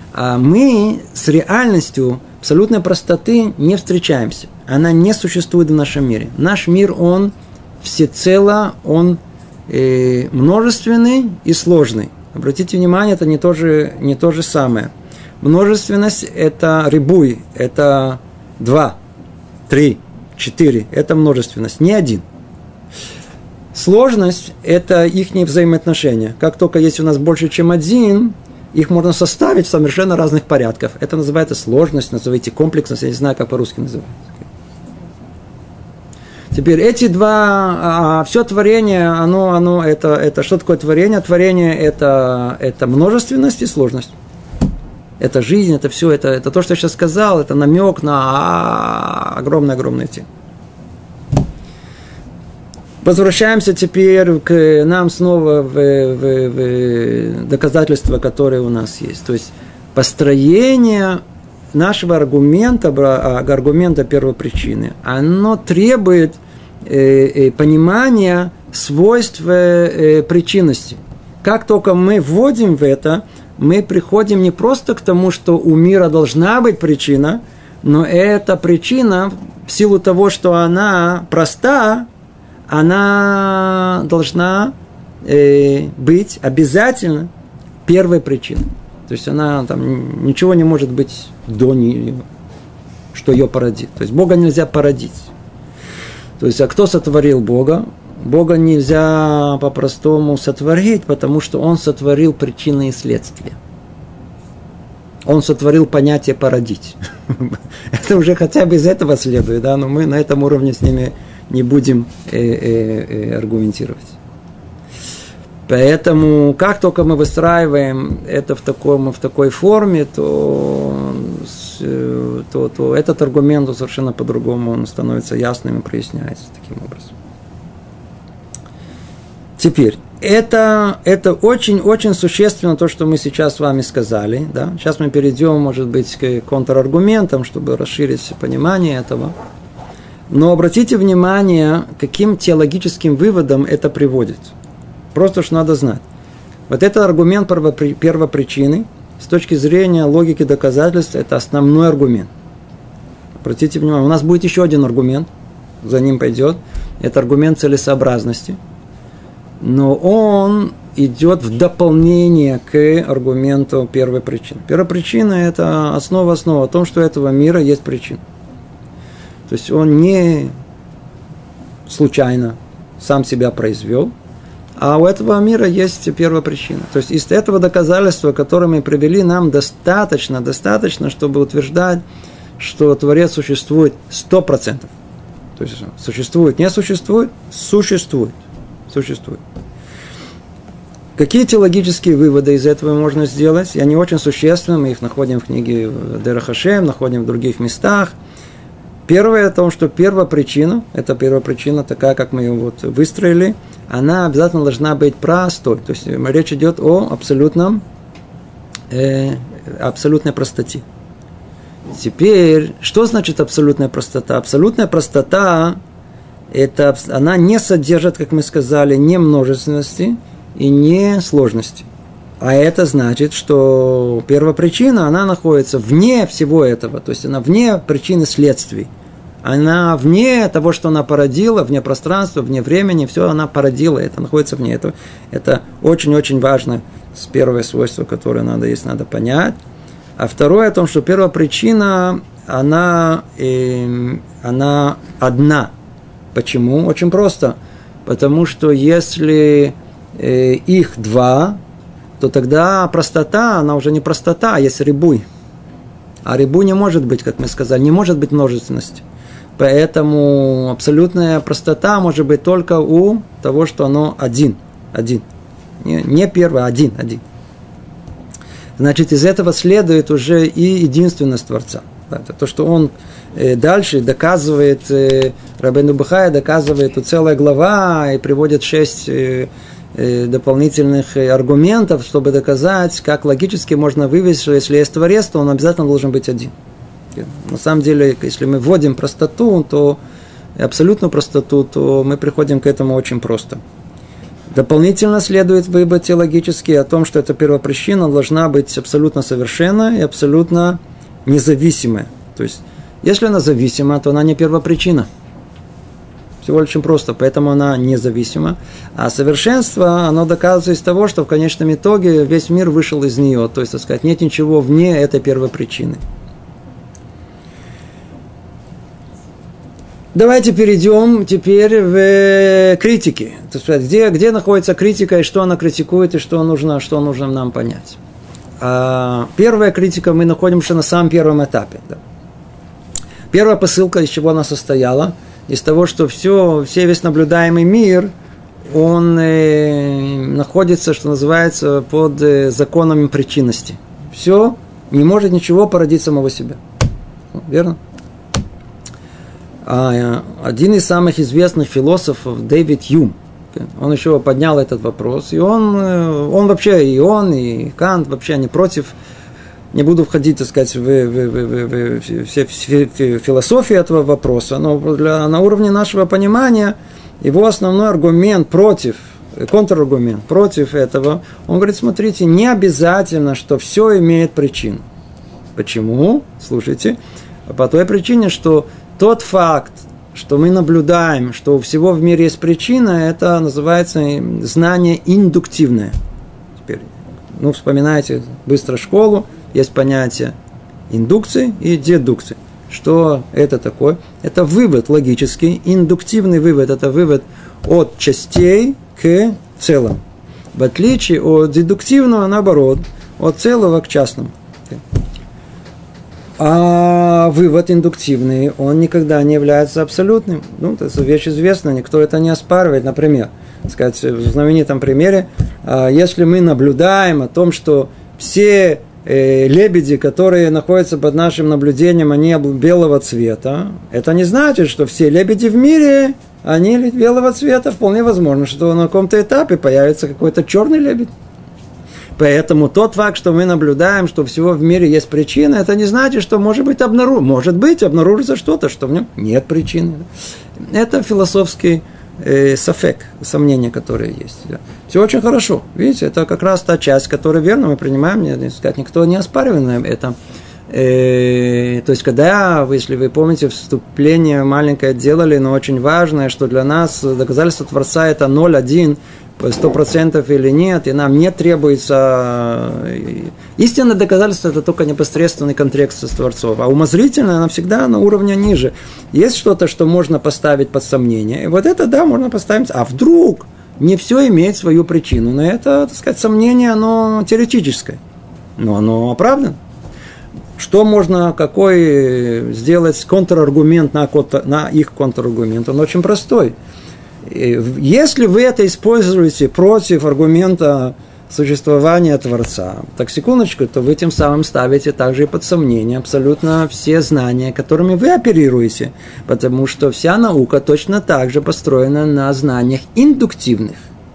A: Мы с реальностью абсолютной простоты не встречаемся. Она не существует в нашем мире. Наш мир, он всецело, он множественный и сложный. Обратите внимание, это не то же самое. Множественность – это рибуй, это 2, 3, 4. Это множественность, не один. Сложность – это их взаимоотношения. Как только есть у нас больше, чем один, их можно составить в совершенно разных порядках. Это называется сложность, называйте комплексность, я не знаю, как по-русски называется. Теперь эти два, все творение, это что такое творение? Творение это множественность и сложность. Это жизнь, это все, это то, что я сейчас сказал, это намек на огромную тему. Возвращаемся теперь к нам снова в доказательства, которые у нас есть. То есть построение нашего аргумента первопричины, оно требует понимания свойств причинности. Как только мы вводим в это, мы приходим не просто к тому, что у мира должна быть причина, но эта причина, в силу того, что она проста, она должна быть обязательно первой причиной. То есть она там ничего не может быть до нее, что ее породит. То есть Бога нельзя породить. То есть, а кто сотворил Бога? Бога нельзя по-простому сотворить, потому что Он сотворил причины и следствия. Он сотворил понятие породить. Это уже хотя бы из этого следует, да? Но мы на этом уровне с ними не будем аргументировать. Поэтому, как только мы выстраиваем это в такой форме, то этот аргумент совершенно по-другому он становится ясным и проясняется таким образом. Теперь, это очень-очень существенно то, что мы сейчас с вами сказали. Да? Сейчас мы перейдем, может быть, к контраргументам, чтобы расширить понимание этого. Но обратите внимание, каким теологическим выводом это приводит. Просто что надо знать. Вот это аргумент первопричины, с точки зрения логики доказательств, это основной аргумент. Обратите внимание, у нас будет еще один аргумент, за ним пойдет. Это аргумент целесообразности. Но он идет в дополнение к аргументу первой причины. Первая причина – это основа о том, что у этого мира есть причина. То есть он не случайно сам себя произвел, а у этого мира есть первопричина. То есть из этого доказательства, которое мы привели, нам достаточно, чтобы утверждать, что Творец существует 100%. То есть существует, не существует, существует. Какие теологические выводы из этого можно сделать? И они очень существенны, мы их находим в книге Дерах ха-Шем, находим в других местах. Первое о том, что первопричина, эта первопричина такая, как мы ее вот выстроили, она обязательно должна быть простой. То есть речь идет о абсолютной простоте. Теперь, что значит абсолютная простота? Абсолютная простота, она не содержит, как мы сказали, не множественности и не сложности. А это значит, что первопричина, она находится вне всего этого. То есть она вне причины следствий. Она вне того, что она породила, вне пространства, вне времени, все она породила, это находится вне этого. Это очень-очень важно, первое свойство, которое надо понять. А второе о том, что первопричина, она одна. Почему? Очень просто. Потому что если их два, то тогда простота, она уже не простота, а есть рибуй. А рибуй не может быть, как мы сказали, не может быть множественности. Поэтому абсолютная простота может быть только у того, что оно один. Не первое, один. Значит, из этого следует уже и единственность Творца. Это то, что он дальше доказывает, Рабейну Бахай доказывает, тут целая глава, и приводит 6 дополнительных аргументов, чтобы доказать, как логически можно вывести, что если есть Творец, то он обязательно должен быть один. На самом деле, если мы вводим простоту, то абсолютную простоту, то мы приходим к этому очень просто. Дополнительно следует вывод теологический о том, что эта первопричина должна быть абсолютно совершенна и абсолютно независимая. То есть, если она зависима, то она не первопричина. Всего лишь очень просто, поэтому она независима. А совершенство, оно доказывается из того, что в конечном итоге весь мир вышел из нее. То есть, так сказать, нет ничего вне этой первопричины. Давайте перейдем теперь в критики. То есть, где находится критика, и что она критикует, и что нужно нам понять. первая критика, мы находимся на самом первом этапе. Да. Первая посылка, из чего она состояла? Из того, что весь наблюдаемый мир, он находится, что называется, под законами причинности. Все, не может ничего породить самого себя. Верно? Один из самых известных философов, Дэвид Юм, он еще поднял этот вопрос, и он вообще, и он, и Кант вообще не против, не буду входить, так сказать, в философию этого вопроса, но на уровне нашего понимания его основной аргумент контраргумент против этого, он говорит, смотрите, не обязательно, что все имеет причину. Почему? Слушайте. По той причине, что тот факт, что мы наблюдаем, что у всего в мире есть причина, это называется знание индуктивное. Теперь, вспоминайте быстро школу, есть понятие индукции и дедукции. Что это такое? Это вывод логический, индуктивный вывод. Это вывод от частей к целому. В отличие от дедуктивного, наоборот, от целого к частному. А вывод индуктивный, он никогда не является абсолютным. Это вещь известная, никто это не оспаривает. Например, сказать, в знаменитом примере, если мы наблюдаем о том, что все лебеди, которые находятся под нашим наблюдением, они белого цвета, это не значит, что все лебеди в мире, они белого цвета. Вполне возможно, что на каком-то этапе появится какой-то черный лебедь. Поэтому тот факт, что мы наблюдаем, что всего в мире есть причина, это не значит, что может быть обнаружится что-то, что в нем нет причины. Это философский сафек, сомнения, которые есть. Да. Все очень хорошо. Видите, это как раз та часть, которую верно мы принимаем, никто не оспаривает это. То есть, когда, если вы помните, вступление маленькое делали, но очень важное, что для нас доказательство Творца это 0,1, 100% или нет, и нам не требуется... Истинное доказательство – это только непосредственный контекст с Творцом, а умозрительное, оно всегда на уровне ниже. Есть что-то, что можно поставить под сомнение, и вот это, да, можно поставить, а вдруг не все имеет свою причину, но это, так сказать, сомнение, оно теоретическое, но оно оправдано. Что можно, какой сделать контраргумент на их контраргумент? Он очень простой. Если вы это используете против аргумента существования Творца, так секундочку, то вы тем самым ставите также и под сомнение абсолютно все знания, которыми вы оперируете, потому что вся наука точно так же построена на знаниях индуктивных.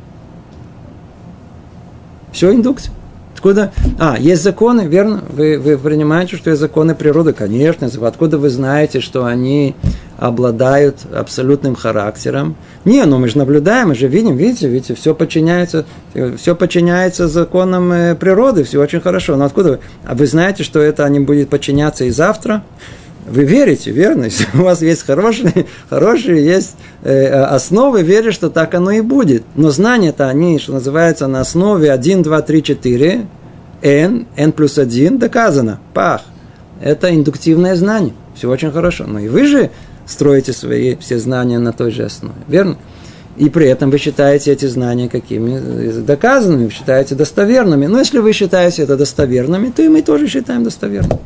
A: Все индукция. Откуда? Есть законы, верно? Вы принимаете, что есть законы природы? Конечно. Откуда вы знаете, что они обладают абсолютным характером? Мы же наблюдаем, мы же видим, видите, все подчиняется законам природы, все очень хорошо. Но откуда вы? А вы знаете, что это они будут подчиняться и завтра? Вы верите, верно? Если у вас есть хорошие есть основы, верите, что так оно и будет. Но знания-то они, что называется, на основе 1, 2, 3, 4, n плюс 1 доказано. Пах. Это индуктивное знание. Все очень хорошо. Но и вы же строите свои все знания на той же основе, верно? И при этом вы считаете эти знания какими доказанными, вы считаете достоверными. Но если вы считаете это достоверными, то и мы тоже считаем достоверными.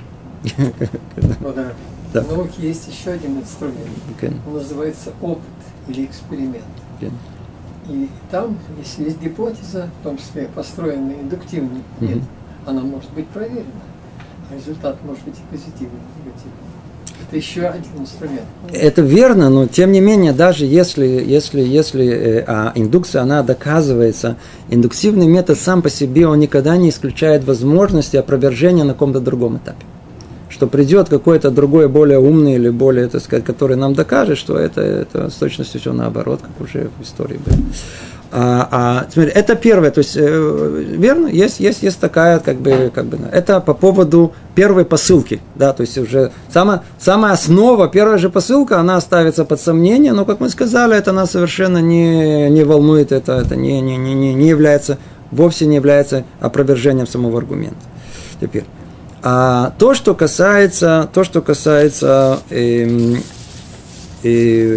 B: Да. В науке есть еще один инструмент. Он называется опыт или эксперимент. И там, если есть гипотеза, в том числе построенная индуктивно, нет, она может быть проверена. А результат может быть и позитивный, и негативный. Это еще один инструмент.
A: Это верно, но тем не менее, даже если индукция, она доказывается, индуктивный метод сам по себе, он никогда не исключает возможности опровержения на каком-то другом этапе. Что придет какой-то другой, более умный или более, так сказать, который нам докажет, что это с точностью все наоборот, как уже в истории было. Смотри, это первое, то есть, верно, есть такая, как бы, это по поводу первой посылки, да, то есть уже самая основа, первая же посылка, она ставится под сомнение, но, как мы сказали, это нас совершенно не волнует, это не является, вовсе не является опровержением самого аргумента. Теперь. То, что касается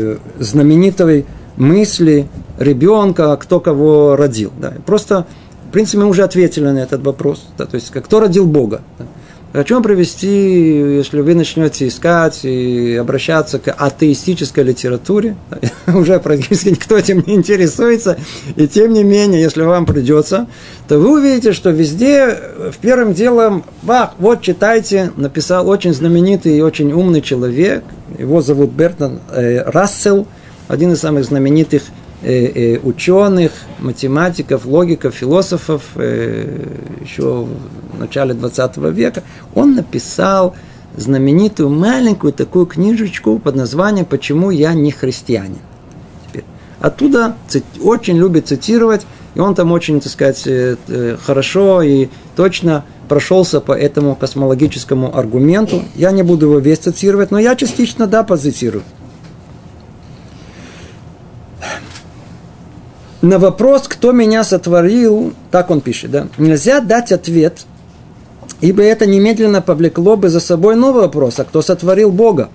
A: знаменитой мысли ребенка, кто кого родил. Да. Просто принципе, мы уже ответили на этот вопрос. Да, то есть, кто родил Бога? Да. Хочу вам привести, если вы начнете искать и обращаться к атеистической литературе, уже практически никто этим не интересуется, и тем не менее, если вам придется, то вы увидите, что везде, в первым делом, вот читайте, написал очень знаменитый и очень умный человек, его зовут Бертранд Рассел, один из самых знаменитых ученых, математиков, логиков, философов еще в начале 20 века, он написал знаменитую маленькую такую книжечку под названием «Почему я не христианин?». Теперь. Оттуда очень любит цитировать, и он там очень, так сказать, хорошо и точно прошелся по этому космологическому аргументу. Я не буду его весь цитировать, но я частично, да, поцитирую. На вопрос, кто меня сотворил, так он пишет, да, нельзя дать ответ, ибо это немедленно повлекло бы за собой новый вопрос, а кто сотворил Бога?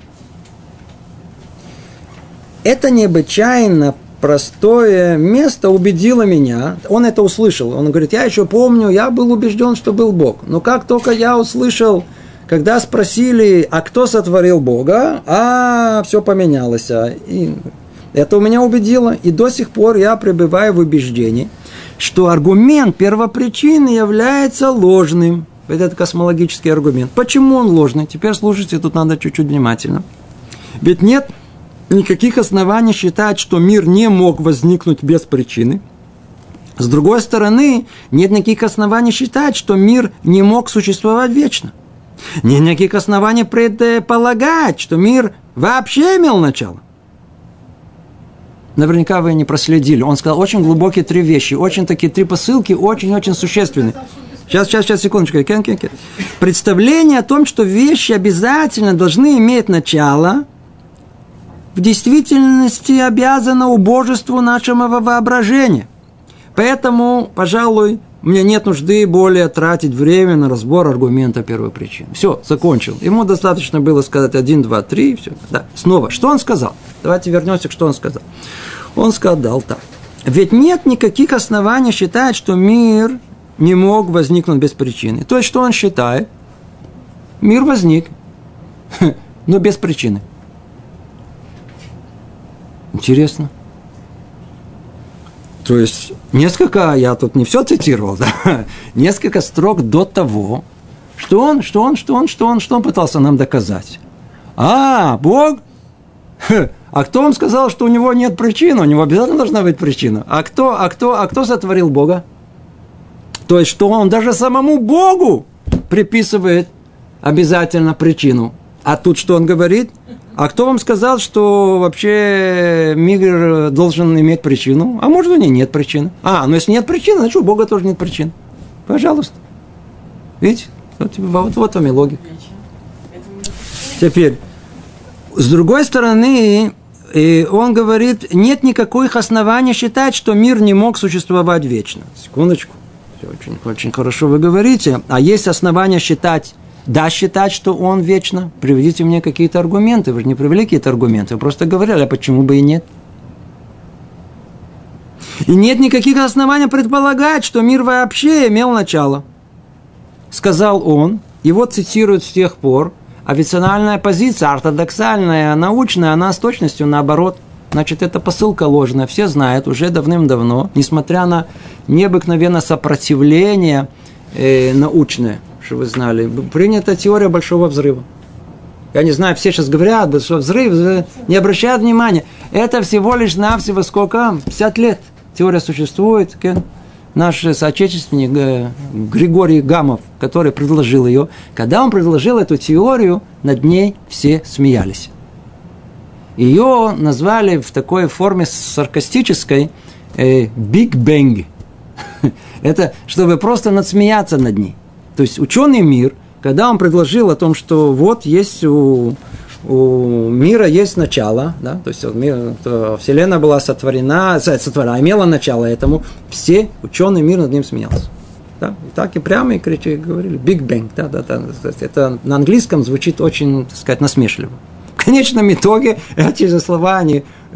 A: Это необычайно простое место убедило меня, он это услышал, он говорит, я еще помню, я был убежден, что был Бог, но как только я услышал, когда спросили, а кто сотворил Бога, все поменялось, и... Это у меня убедило, и до сих пор я пребываю в убеждении, что аргумент первопричины является ложным. Этот космологический аргумент. Почему он ложный? Теперь слушайте, тут надо чуть-чуть внимательно. Ведь нет никаких оснований считать, что мир не мог возникнуть без причины. С другой стороны, нет никаких оснований считать, что мир не мог существовать вечно. Нет никаких оснований предполагать, что мир вообще имел начало. Наверняка вы не проследили. Он сказал очень глубокие 3 вещи. Очень такие 3 посылки, очень-очень существенные. Сейчас, секундочку. Представление о том, что вещи обязательно должны иметь начало, в действительности обязано убожеству нашего воображения. Поэтому, пожалуй, мне нет нужды более тратить время на разбор аргумента первой причины. Все, закончил. Ему достаточно было сказать 1, 2, 3, все. Да. Снова, что он сказал? Давайте вернемся к что он сказал. Он сказал так. Ведь нет никаких оснований считать, что мир не мог возникнуть без причины. То есть, что он считает? Мир возник, но без причины. Интересно. То есть, я тут не все цитировал, да? Несколько строк до того, что он пытался нам доказать. Бог? А кто вам сказал, что у него нет причины? У него обязательно должна быть причина. А кто сотворил Бога? То есть, что он даже самому Богу приписывает обязательно причину. А тут что он говорит? А кто вам сказал, что вообще мир должен иметь причину? А может, у него нет причины? Но если нет причины, значит, у Бога тоже нет причин. Пожалуйста. Видите? Вот вам и логика. Теперь, с другой стороны, он говорит, нет никаких оснований считать, что мир не мог существовать вечно. Секундочку. Очень, очень хорошо вы говорите. А есть основания считать, что он вечно? Приведите мне какие-то аргументы. Вы же не привели какие-то аргументы. Вы просто говорили, а почему бы и нет? И нет никаких оснований предполагать, что мир вообще имел начало. Сказал он, его цитируют с тех пор, официальная позиция, ортодоксальная, научная, она с точностью наоборот. Значит, это посылка ложная. Все знают уже давным-давно, несмотря на необыкновенное сопротивление научное, что вы знали, принята теория Большого взрыва. Я не знаю, все сейчас говорят, Большой взрыв, не обращают внимания. Это всего лишь навсего сколько? 50 лет теория существует. Наш соотечественник Григорий Гамов, который предложил ее, когда он предложил эту теорию, над ней все смеялись. Ее назвали в такой форме саркастической «Big Bang». Это чтобы просто надсмеяться над ней. То есть ученый мир, когда он предложил о том, что вот есть у мира есть начало, да, то есть Вселенная была сотворена, имела начало этому, все ученый мир над ним смеялся. Да? И так и прямо и говорили Big Bang. Да. Это на английском звучит очень, так сказать, насмешливо. В конечном итоге эти же слова, они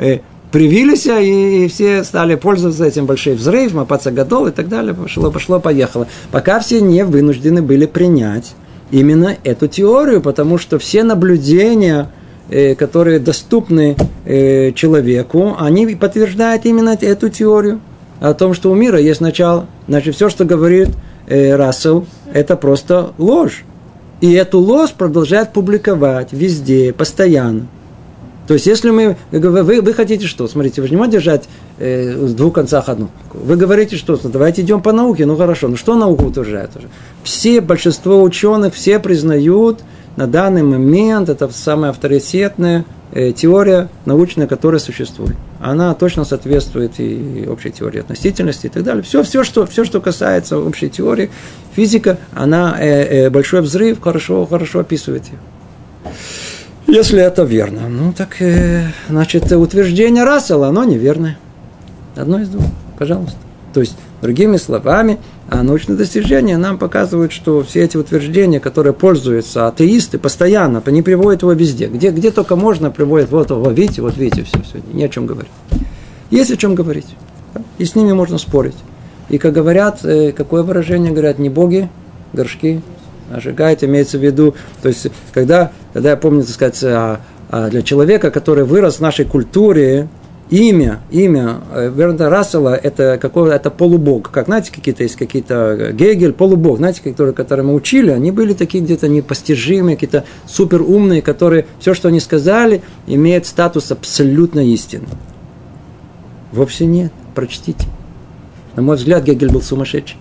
A: привились, и все стали пользоваться этим, большой взрыв, Мапаца Гадол и так далее, пошло-поехало. Пока все не вынуждены были принять именно эту теорию, потому что все наблюдения, которые доступны человеку, они подтверждают именно эту теорию о том, что у мира есть начало. Значит, все, что говорит Рассел, это просто ложь. И эту ложь продолжают публиковать везде, постоянно. То есть, если вы хотите что? Смотрите, вы же не можете держать с двух концах одну. Вы говорите, что давайте идем по науке. Ну хорошо, ну что наука утверждает уже? Большинство ученых, все признают на данный момент, это самая авторитетная теория научная, которая существует. Она точно соответствует и общей теории относительности и так далее. Все, что касается общей теории, физика, она большой взрыв хорошо описывает ее. Если это верно, ну так, значит, утверждение Рассела, оно неверное. Одно из двух, пожалуйста. То есть, другими словами, научные достижения нам показывают, что все эти утверждения, которые пользуются атеисты постоянно, они приводят его везде. Где только можно, приводят, вот видите, все, не о чем говорить. Есть о чем говорить. Да? И с ними можно спорить. И, как говорят, какое выражение говорят, не боги, горшки, ожигает, имеется в виду, то есть, когда я помню, так сказать, для человека, который вырос в нашей культуре, имя Бернарда Рассела, это полубог. Как, знаете, есть какие-то Гегель, полубог, знаете, которые мы учили, они были такие где-то непостижимые, какие-то суперумные, которые, все, что они сказали, имеет статус абсолютно истины. Вовсе нет, прочтите. На мой взгляд, Гегель был сумасшедший.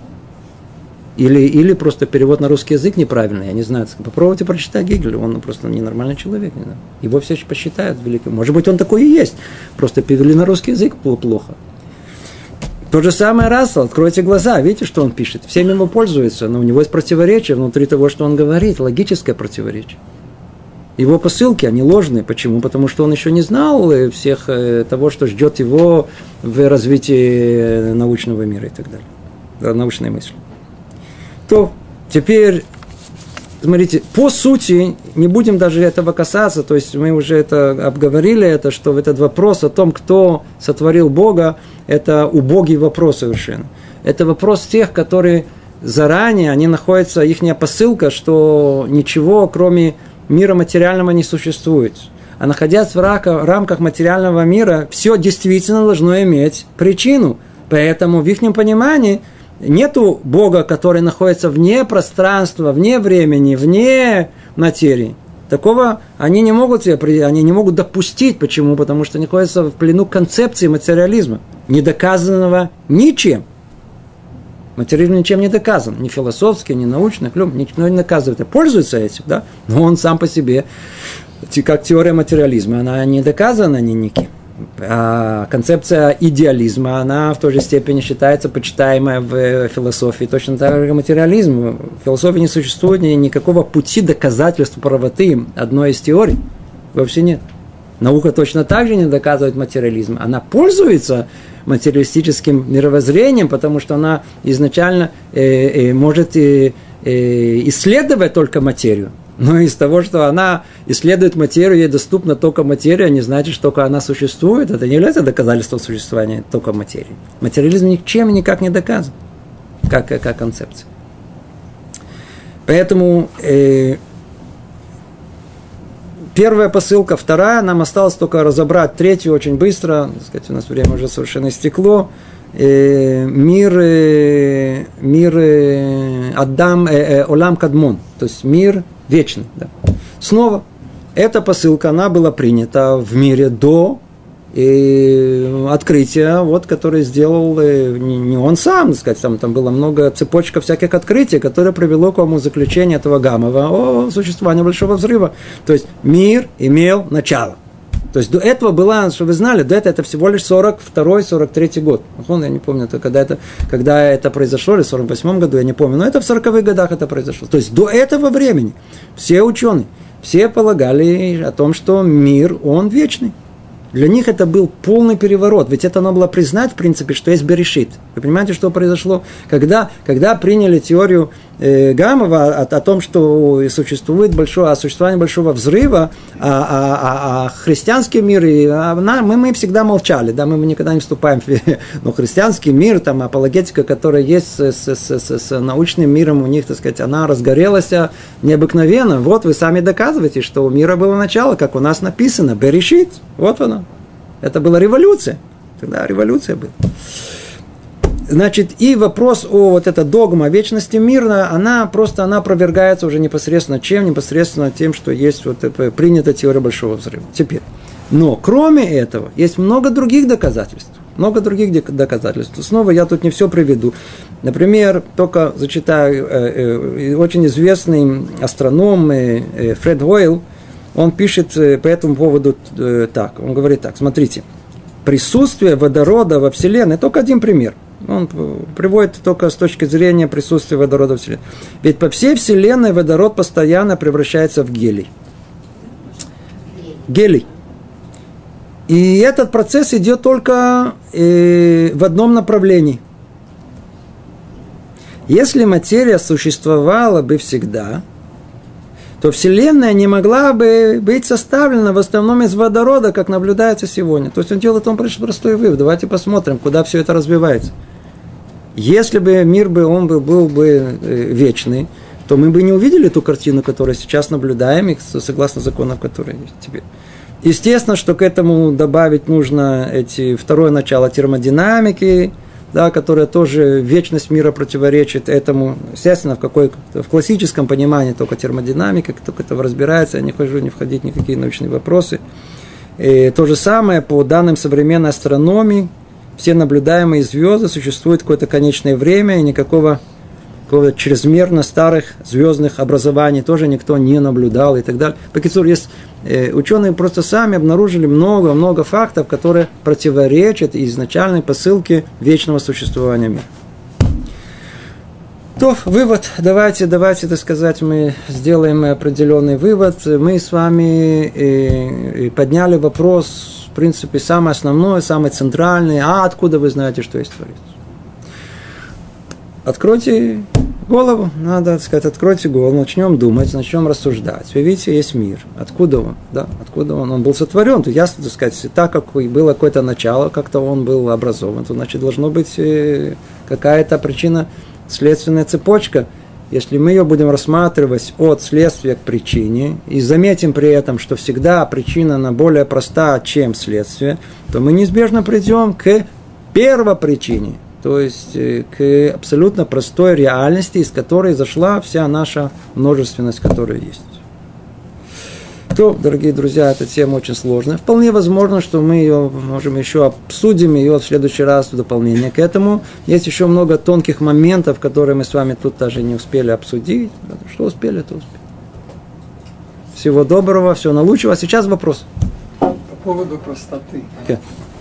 A: Или просто перевод на русский язык неправильный, я не знаю. Попробуйте прочитать Гегеля, он просто ненормальный человек. Не знаю. Его все посчитают великим. Может быть, он такой и есть. Просто перевели на русский язык плохо. То же самое Рассел. Откройте глаза, видите, что он пишет. Всем его пользуются, но у него есть противоречие внутри того, что он говорит. Логическое противоречие. Его посылки, они ложные. Почему? Потому что он еще не знал всех того, что ждет его в развитии научного мира и так далее. Научной мысли. То теперь, смотрите, по сути, не будем даже этого касаться, то есть мы уже это обговорили, что этот вопрос о том, кто сотворил Бога, это убогий вопрос совершенно. Это вопрос тех, которые заранее, они находятся, их посылка, что ничего, кроме мира материального, не существует. А находясь в рамках материального мира, все действительно должно иметь причину. Поэтому в их понимании нету Бога, который находится вне пространства, вне времени, вне материи. Такого они не могут допустить. Почему? Потому что находятся в плену концепции материализма, не доказанного ничем. Материализм ничем не доказан. Ни философски, ни научно, ничего не доказывает. И пользуется этим, да? Но он сам по себе, как теория материализма, она не доказана никем. А концепция идеализма, она в той же степени считается почитаемой в философии, точно так же, как материализм. В философии не существует никакого пути доказательства правоты одной из теорий. Вовсе нет. Наука точно так же не доказывает материализм. Она пользуется материалистическим мировоззрением, потому что она изначально может исследовать только материю. Но из того, что она исследует материю, ей доступна только материя, не значит, что только она существует. Это не является доказательством существования только материи. Материализм ничем никак не доказан, как концепция. Поэтому первая посылка, вторая, нам осталось только разобрать третью очень быстро. Так сказать, у нас время уже совершенно истекло. Мир Адам, Олам Кадмон, то есть мир вечный. Да. Снова, эта посылка, она была принята в мире до открытия, которое сделал не он сам, так сказать, там была много цепочка всяких открытий, которое привело к заключению этого Гамова о существовании большого взрыва. То есть мир имел начало. То есть до этого было, что вы знали, до этого это всего лишь 42-43 год. Я не помню, когда это произошло, или в 48 году, я не помню, но это в 40-х годах это произошло. То есть до этого времени все ученые, все полагали о том, что мир, он вечный. Для них это был полный переворот. Ведь это надо было признать, в принципе, что есть Берешит. Вы понимаете, что произошло? Когда приняли теорию Гамова о том, что существует существование большого взрыва, а христианский мир, мы всегда молчали, да, мы никогда не вступаем но христианский мир, там, апологетика, которая есть с научным миром у них, так сказать, она разгорелась необыкновенно. Вот вы сами доказываете, что у мира было начало, как у нас написано, Берешит. Вот оно. Это была революция. Тогда революция была. Значит, и вопрос о вот этой догма вечности мира, она опровергается уже непосредственно чем? Непосредственно тем, что есть вот принята теория большого взрыва. Теперь. Но, кроме этого, есть много других доказательств. Много других доказательств. Снова я тут не все приведу. Например, только зачитаю, очень известный астроном Фред Хойл, он пишет по этому поводу так. Он говорит так, смотрите. Присутствие водорода во Вселенной, только один пример. Он приводит только с точки зрения присутствия водорода в Вселенной. Ведь по всей Вселенной водород постоянно превращается в гелий. Гелий. И этот процесс идет только в одном направлении. Если материя существовала бы всегда, то Вселенная не могла бы быть составлена в основном из водорода, как наблюдается сегодня. То есть он делает простой вывод. Давайте посмотрим, куда все это развивается. Если бы мир был бы вечный, то мы бы не увидели ту картину, которую сейчас наблюдаем, согласно законам, которые есть теперь. Естественно, что к этому добавить нужно второе начало термодинамики, да, которое тоже вечность мира противоречит этому. Естественно, в классическом понимании только термодинамика, только это разбирается, я не хочу входить в никакие научные вопросы. И то же самое по данным современной астрономии. Все наблюдаемые звезды существуют какое-то конечное время, и никакого чрезмерно старых звездных образований тоже никто не наблюдал и так далее. По-китцур, есть ученые просто сами обнаружили много фактов, которые противоречат изначальной посылке вечного существования мира. То, вывод, давайте, так сказать, мы сделаем определенный вывод. Мы с вами подняли вопрос, в принципе, самый основной, самый центральный. А откуда вы знаете, что есть Творец? Откройте голову, надо сказать, откройте голову, начнем думать, начнем рассуждать. Вы видите, есть мир. Откуда он? Да, откуда он? Он был сотворен. То ясно, так сказать, так как было какое-то начало, как-то он был образован, то, значит, должна быть какая-то причина, следственная цепочка. Если мы ее будем рассматривать от следствия к причине, и заметим при этом, что всегда причина она более проста, чем следствие, то мы неизбежно придем к первопричине. То есть к абсолютно простой реальности, из которой зашла вся наша множественность, которая есть. То, дорогие друзья, эта тема очень сложная. Вполне возможно, что мы ее можем еще обсудим, ее в следующий раз в дополнение к этому. Есть еще много тонких моментов, которые мы с вами тут даже не успели обсудить. Что успели, то успели. Всего доброго, всего наилучшего. А сейчас вопрос.
B: По поводу простоты.
A: Okay.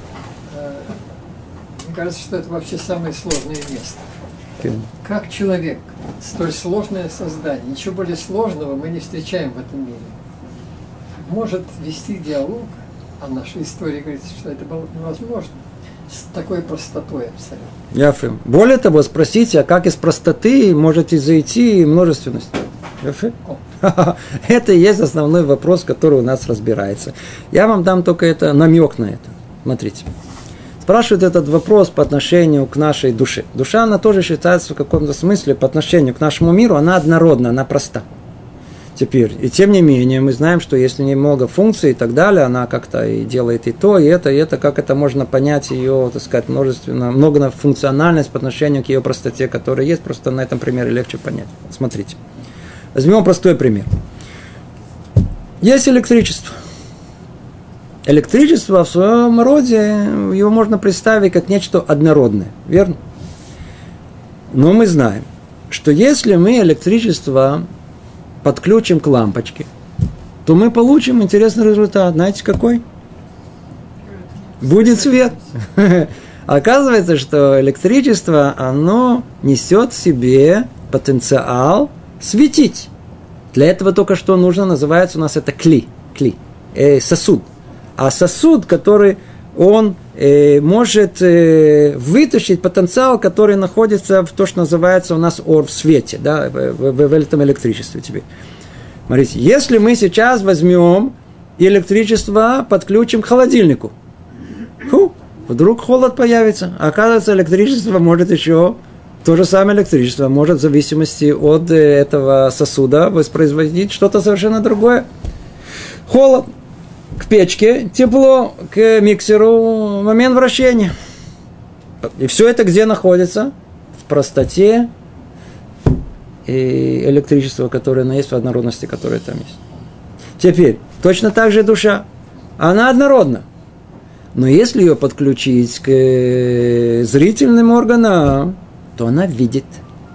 B: Мне кажется, что это вообще самое сложное место.
A: Okay.
B: Как человек, столь сложное создание, ничего более сложного мы не встречаем в этом мире, может вести диалог, а наша история говорит, что это было невозможно, с такой простотой абсолютно.
A: Яфе. Более того, спросите, а как из простоты можете зайти множественность? Это и есть основной вопрос, который у нас разбирается. Я вам дам только намек на это. Смотрите. Спрашивают этот вопрос по отношению к нашей душе. Душа, она тоже считается в каком-то смысле по отношению к нашему миру, она однородна, она проста. Теперь, и тем не менее, мы знаем, что если немного функций и так далее, она как-то и делает и то, и это, как это можно понять ее, так сказать, многофункциональность по отношению к ее простоте, которая есть, просто на этом примере легче понять. Смотрите. Возьмем простой пример. Есть электричество. Электричество в своем роде, его можно представить как нечто однородное, верно? Но мы знаем, что если мы электричество подключим к лампочке, то мы получим интересный результат. Знаете, какой? Будет свет. Оказывается, что электричество, оно несет в себе потенциал светить. Для этого только что нужно, называется у нас это кли, сосуд. а сосуд, который он может вытащить потенциал, который находится в то, что называется у нас ор в свете, да, в этом электричестве теперь. Смотрите, если мы сейчас возьмем и электричество подключим к холодильнику, вдруг холод появится. Оказывается, электричество может еще, то же самое электричество, может в зависимости от этого сосуда воспроизводить что-то совершенно другое. Холод к печке, тепло к миксеру, момент вращения. И все это где находится? В простоте и электричества, которое есть, в однородности, которое там есть. Теперь, точно так же душа. Она однородна. Но если ее подключить к зрительным органам, то она видит.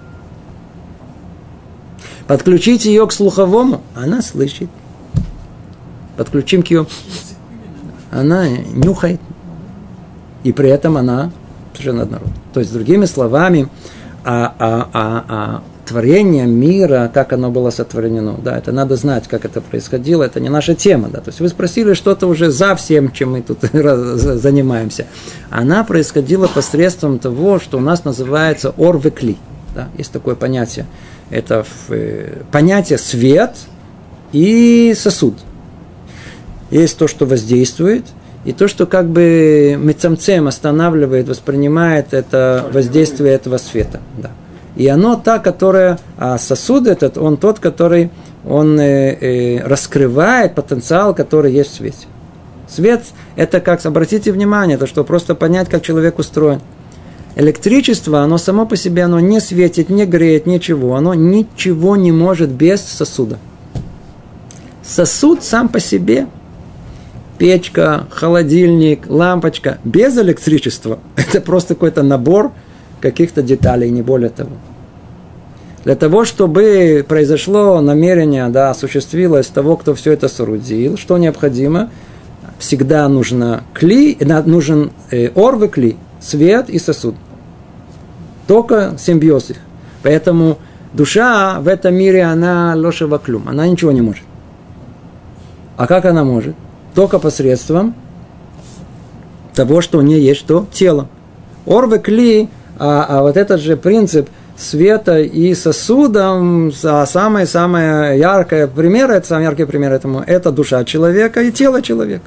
A: Подключить ее к слуховому, она слышит. Подключим к ее, она нюхает. И при этом она совершенно однородна. То есть, другими словами, творение мира, как оно было сотворено, да, это надо знать, как это происходило, это не наша тема, да, то есть вы спросили что-то уже за всем, чем мы тут занимаемся. Она происходила посредством того, что у нас называется ор-векли, да, есть такое понятие, это понятие свет и сосуд. Есть то, что воздействует, и то, что как бы мецамцем останавливает, воспринимает это воздействие этого света, да. И оно та, которая, а сосуд этот, он тот, который, он раскрывает потенциал, который есть в свете. Свет, это как, обратите внимание, это что просто понять, как человек устроен. Электричество, оно само по себе, оно не светит, не греет, ничего. Оно ничего не может без сосуда. Сосуд сам по себе, печка, холодильник, лампочка, без электричества, это просто какой-то набор каких-то деталей, не более того. Для того, чтобы произошло намерение, да, осуществилось того, кто все это соорудил, что необходимо? Всегда нужен ор, кли, свет и сосуд. Только симбиоз их. Поэтому душа в этом мире, она лошева клюм, она ничего не может. А как она может? Только посредством того, что у нее есть что? Тело. Ор, кли, а вот этот же принцип света и сосуда, самый яркий пример этому, это душа человека и тело человека.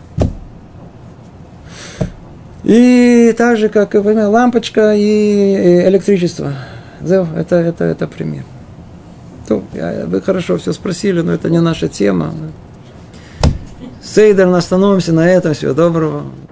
A: И так же, как и лампочка и электричество. Это пример. Вы хорошо все спросили, но это не наша тема. Сейдер, остановимся на этом. Всего доброго.